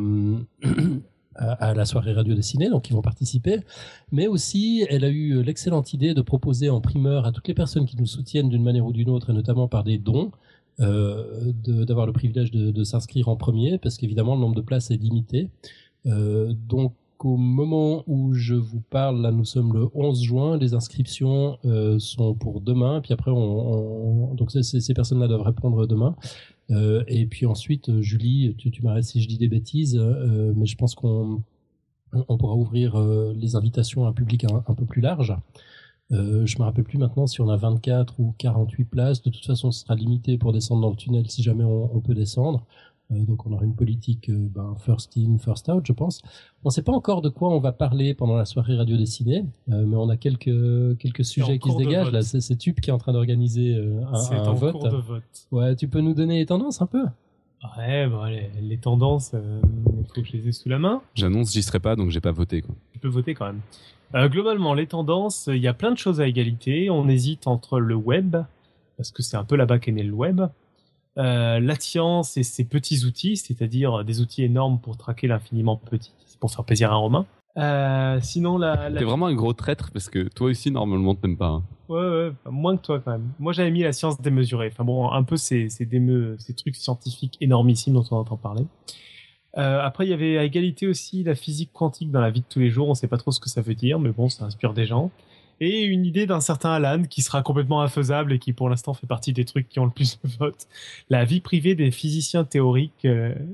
la soirée radio dessinée, donc ils vont participer. Mais aussi, elle a eu l'excellente idée de proposer en primeur à toutes les personnes qui nous soutiennent d'une manière ou d'une autre, et notamment par des dons, d'avoir le privilège de s'inscrire en premier, parce qu'évidemment le nombre de places est limité. Donc au moment où je vous parle, là nous sommes le 11 juin, les inscriptions sont pour demain, puis après donc ces personnes-là doivent répondre demain. Et puis ensuite, Julie, tu m'arrêtes si je dis des bêtises, mais je pense qu'on pourra ouvrir les invitations à un public un peu plus large. Je me rappelle plus maintenant si on a 24 ou 48 places. De toute façon, ce sera limité pour descendre dans le tunnel si jamais on peut descendre. Donc on aura une politique first in, first out, je pense. On ne sait pas encore de quoi on va parler pendant la soirée radio dessinée, mais on a quelques sujets qui se dégagent. Là, c'est Tube qui est en train d'organiser un vote. Cours de vote. Ouais, tu peux nous donner les tendances un peu? Ouais, bon, les tendances, il faut que je les ai sous la main. J'annonce, j'y serai pas, donc j'ai pas voté, quoi. Tu peux voter quand même. Globalement, les tendances, il y a plein de choses à égalité. On hésite entre le web, parce que c'est un peu là-bas qu'est né le web. La science et ses petits outils, c'est-à-dire des outils énormes pour traquer l'infiniment petit, c'est pour faire plaisir à un Romain. Sinon, T'es vraiment un gros traître parce que toi aussi normalement t'aimes pas. Hein. Ouais, moins que toi quand même. Moi j'avais mis la science démesurée. Enfin bon, un peu ces trucs scientifiques énormissimes dont on entend parler. Après il y avait à égalité aussi la physique quantique dans la vie de tous les jours. On sait pas trop ce que ça veut dire, mais bon, ça inspire des gens. Et une idée d'un certain Alan qui sera complètement infaisable et qui pour l'instant fait partie des trucs qui ont le plus de votes. La vie privée des physiciens théoriques.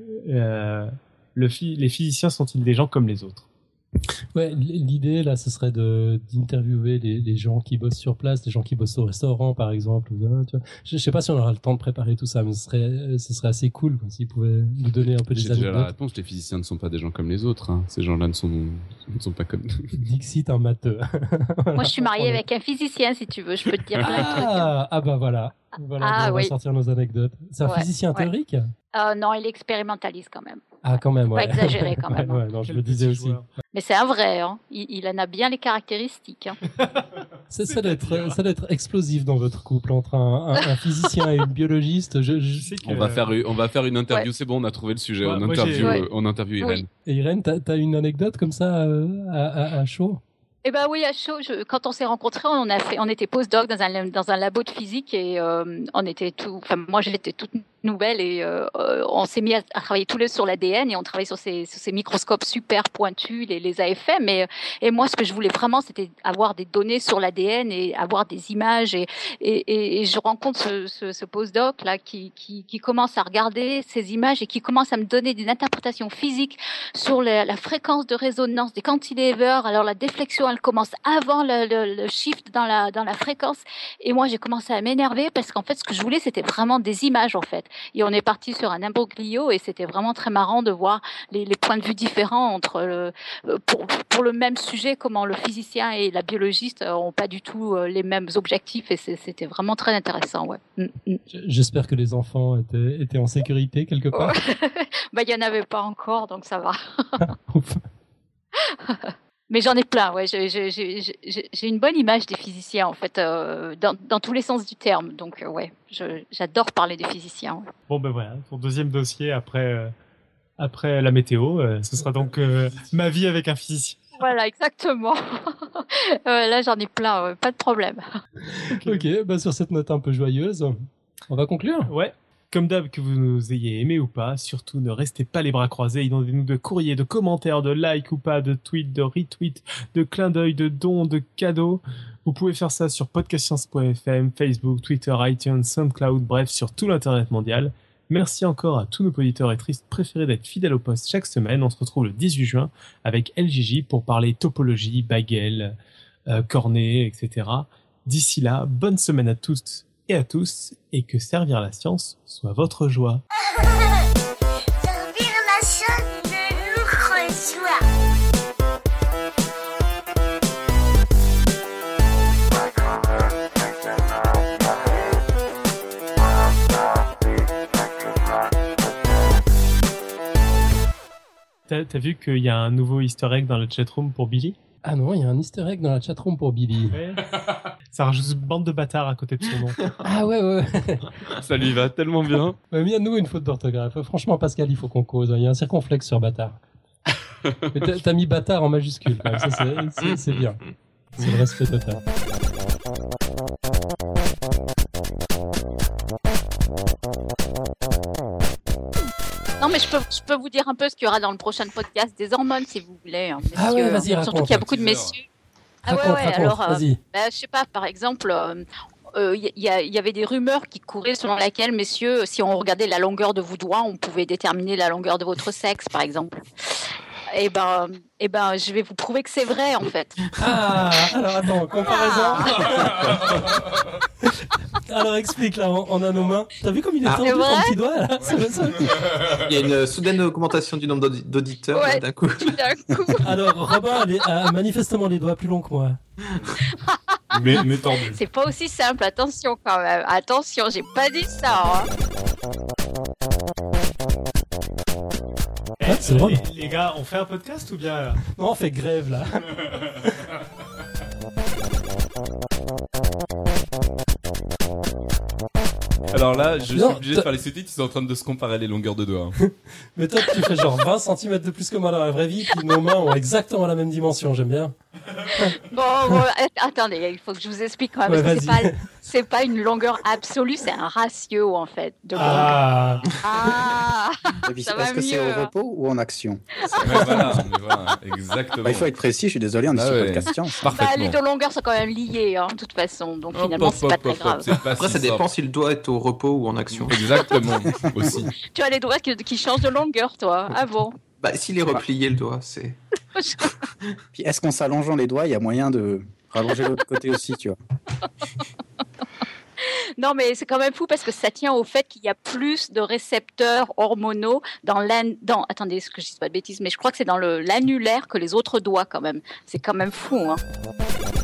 Les physiciens sont-ils des gens comme les autres? Ouais, l'idée là, ce serait d'interviewer les gens qui bossent sur place, des gens qui bossent au restaurant par exemple. Tu vois. Je sais pas si on aura le temps de préparer tout ça, mais ce serait assez cool s'ils pouvaient nous donner un peu des anecdotes. J'ai déjà la réponse, les physiciens ne sont pas des gens comme les autres. Hein. Ces gens-là ne sont pas comme nous. Dixit un matheux. Voilà, moi je suis mariée avec un physicien si tu veux, je peux te dire plein de trucs. Ah bah voilà. On va sortir nos anecdotes. C'est un physicien théorique? Non, il expérimentalise quand même. Ah, quand même, ouais. Pas exagéré quand même. Ouais, non, je le disais aussi. Mais c'est un vrai, hein. Il en a bien les caractéristiques. Hein. Ça doit être explosif dans votre couple entre un physicien et une biologiste. Je sais que... On va faire une interview, c'est bon, on a trouvé le sujet. On interview Irène. Et Irène, t'as une anecdote comme ça à chaud? Eh ben oui, à chaud. Quand on s'est rencontrés, on était postdoc dans un labo de physique et moi j'étais toute nouvelle et on s'est mis à travailler tous les sur l'ADN et on travaillait sur ces microscopes super pointus, les AFM. Et moi, ce que je voulais vraiment, c'était avoir des données sur l'ADN et avoir des images. Et je rencontre ce postdoc là qui commence à regarder ces images et qui commence à me donner des interprétations physiques sur la fréquence de résonance des cantilevers. Alors la déflexion, elle commence avant le shift dans la fréquence. Et moi, j'ai commencé à m'énerver parce qu'en fait, ce que je voulais, c'était vraiment des images en fait. Et on est parti sur un imbroglio et c'était vraiment très marrant de voir les points de vue différents entre pour le même sujet, comment le physicien et la biologiste ont pas du tout les mêmes objectifs et c'était vraiment très intéressant, ouais. J'espère que les enfants étaient en sécurité quelque part. Bah, il y en avait pas encore, donc ça va. Mais j'en ai plein, ouais. J'ai une bonne image des physiciens, en fait, dans tous les sens du terme. Donc, ouais, j'adore parler des physiciens. Ouais. Bon, ben voilà, ton deuxième dossier après la météo, ce sera donc ma vie avec un physicien. Voilà, exactement. Là, j'en ai plein, pas de problème. Ok, bah sur cette note un peu joyeuse, on va conclure. Ouais. Comme d'hab, que vous nous ayez aimé ou pas, surtout ne restez pas les bras croisés, inondez-nous de courriers, de commentaires, de likes ou pas, de tweets, de retweets, de clins d'œil, de dons, de cadeaux. Vous pouvez faire ça sur podcastscience.fm, Facebook, Twitter, iTunes, SoundCloud, bref, sur tout l'internet mondial. Merci encore à tous nos auditeurs et tristes préférés d'être fidèles au poste chaque semaine. On se retrouve le 18 juin avec LJJ pour parler topologie, bagel, cornet, etc. D'ici là, bonne semaine à toutes et à tous, et que servir la science soit votre joie. Servir la science de notre joie. T'as vu qu'il y a un nouveau easter egg dans le chatroom pour Billy? Ah non, il y a un easter egg dans la chatroom pour Billy. Ouais. Ça rajoute une bande de bâtards à côté de son nom. Ah ouais. Ça lui va tellement bien. Ouais, mais il y a de nouveau une faute d'orthographe. Franchement, Pascal, il faut qu'on cause. Il y a un circonflexe sur bâtard. Mais t'as mis bâtard en majuscule. Quand même. Ça, c'est bien. C'est le respect total. Non, mais je peux vous dire un peu ce qu'il y aura dans le prochain podcast des hormones, si vous voulez. Hein, ah ouais, vas-y, raconte. Surtout qu'il y a beaucoup de messieurs. Raconte, alors, vas-y. Je sais pas, par exemple, il y avait des rumeurs qui couraient selon lesquelles, messieurs, si on regardait la longueur de vos doigts, on pouvait déterminer la longueur de votre sexe, par exemple. Eh ben, je vais vous prouver que c'est vrai, en fait. Ah, alors attends, comparaison. Alors explique, là, on a nos mains. T'as vu comme il est tendu, ton petit doigt, là? Il y a une soudaine augmentation du nombre d'auditeurs, ouais, d'un coup. Alors, Robin a manifestement les doigts plus longs que moi. Mais tordu. C'est pas aussi simple, attention quand même. Attention, j'ai pas dit ça, hein. C'est drôle. Les gars, on fait un podcast ou bien... Non, on fait grève, là. Alors là, je suis obligé de faire les sous-titres, ils sont en train de se comparer les longueurs de doigts. Mais toi, tu fais genre 20 cm de plus que moi dans la vraie vie, puis nos mains ont exactement la même dimension, j'aime bien. Bon, attendez, il faut que je vous explique quand même, ouais, parce que c'est pas une longueur absolue, c'est un ratio en fait. De Est-ce que c'est au repos ou en action? Voilà, exactement. Il faut être précis, je suis désolé, on est sur podcast science. Les deux longueurs sont quand même liées, hein, de toute façon, donc finalement c'est pas très grave. Après, ça dépend si le doigt est au repos ou en action. Exactement, aussi. Tu as les doigts qui changent de longueur, toi. Ah bon? Bah, s'il est replié, le doigt, c'est... Puis est-ce qu'en s'allongeant les doigts, il y a moyen de rallonger l'autre côté aussi, tu vois? Non, mais c'est quand même fou parce que ça tient au fait qu'il y a plus de récepteurs hormonaux attendez, est-ce que je dis pas de bêtises, mais je crois que c'est dans l'annulaire que les autres doigts quand même. C'est quand même fou, hein.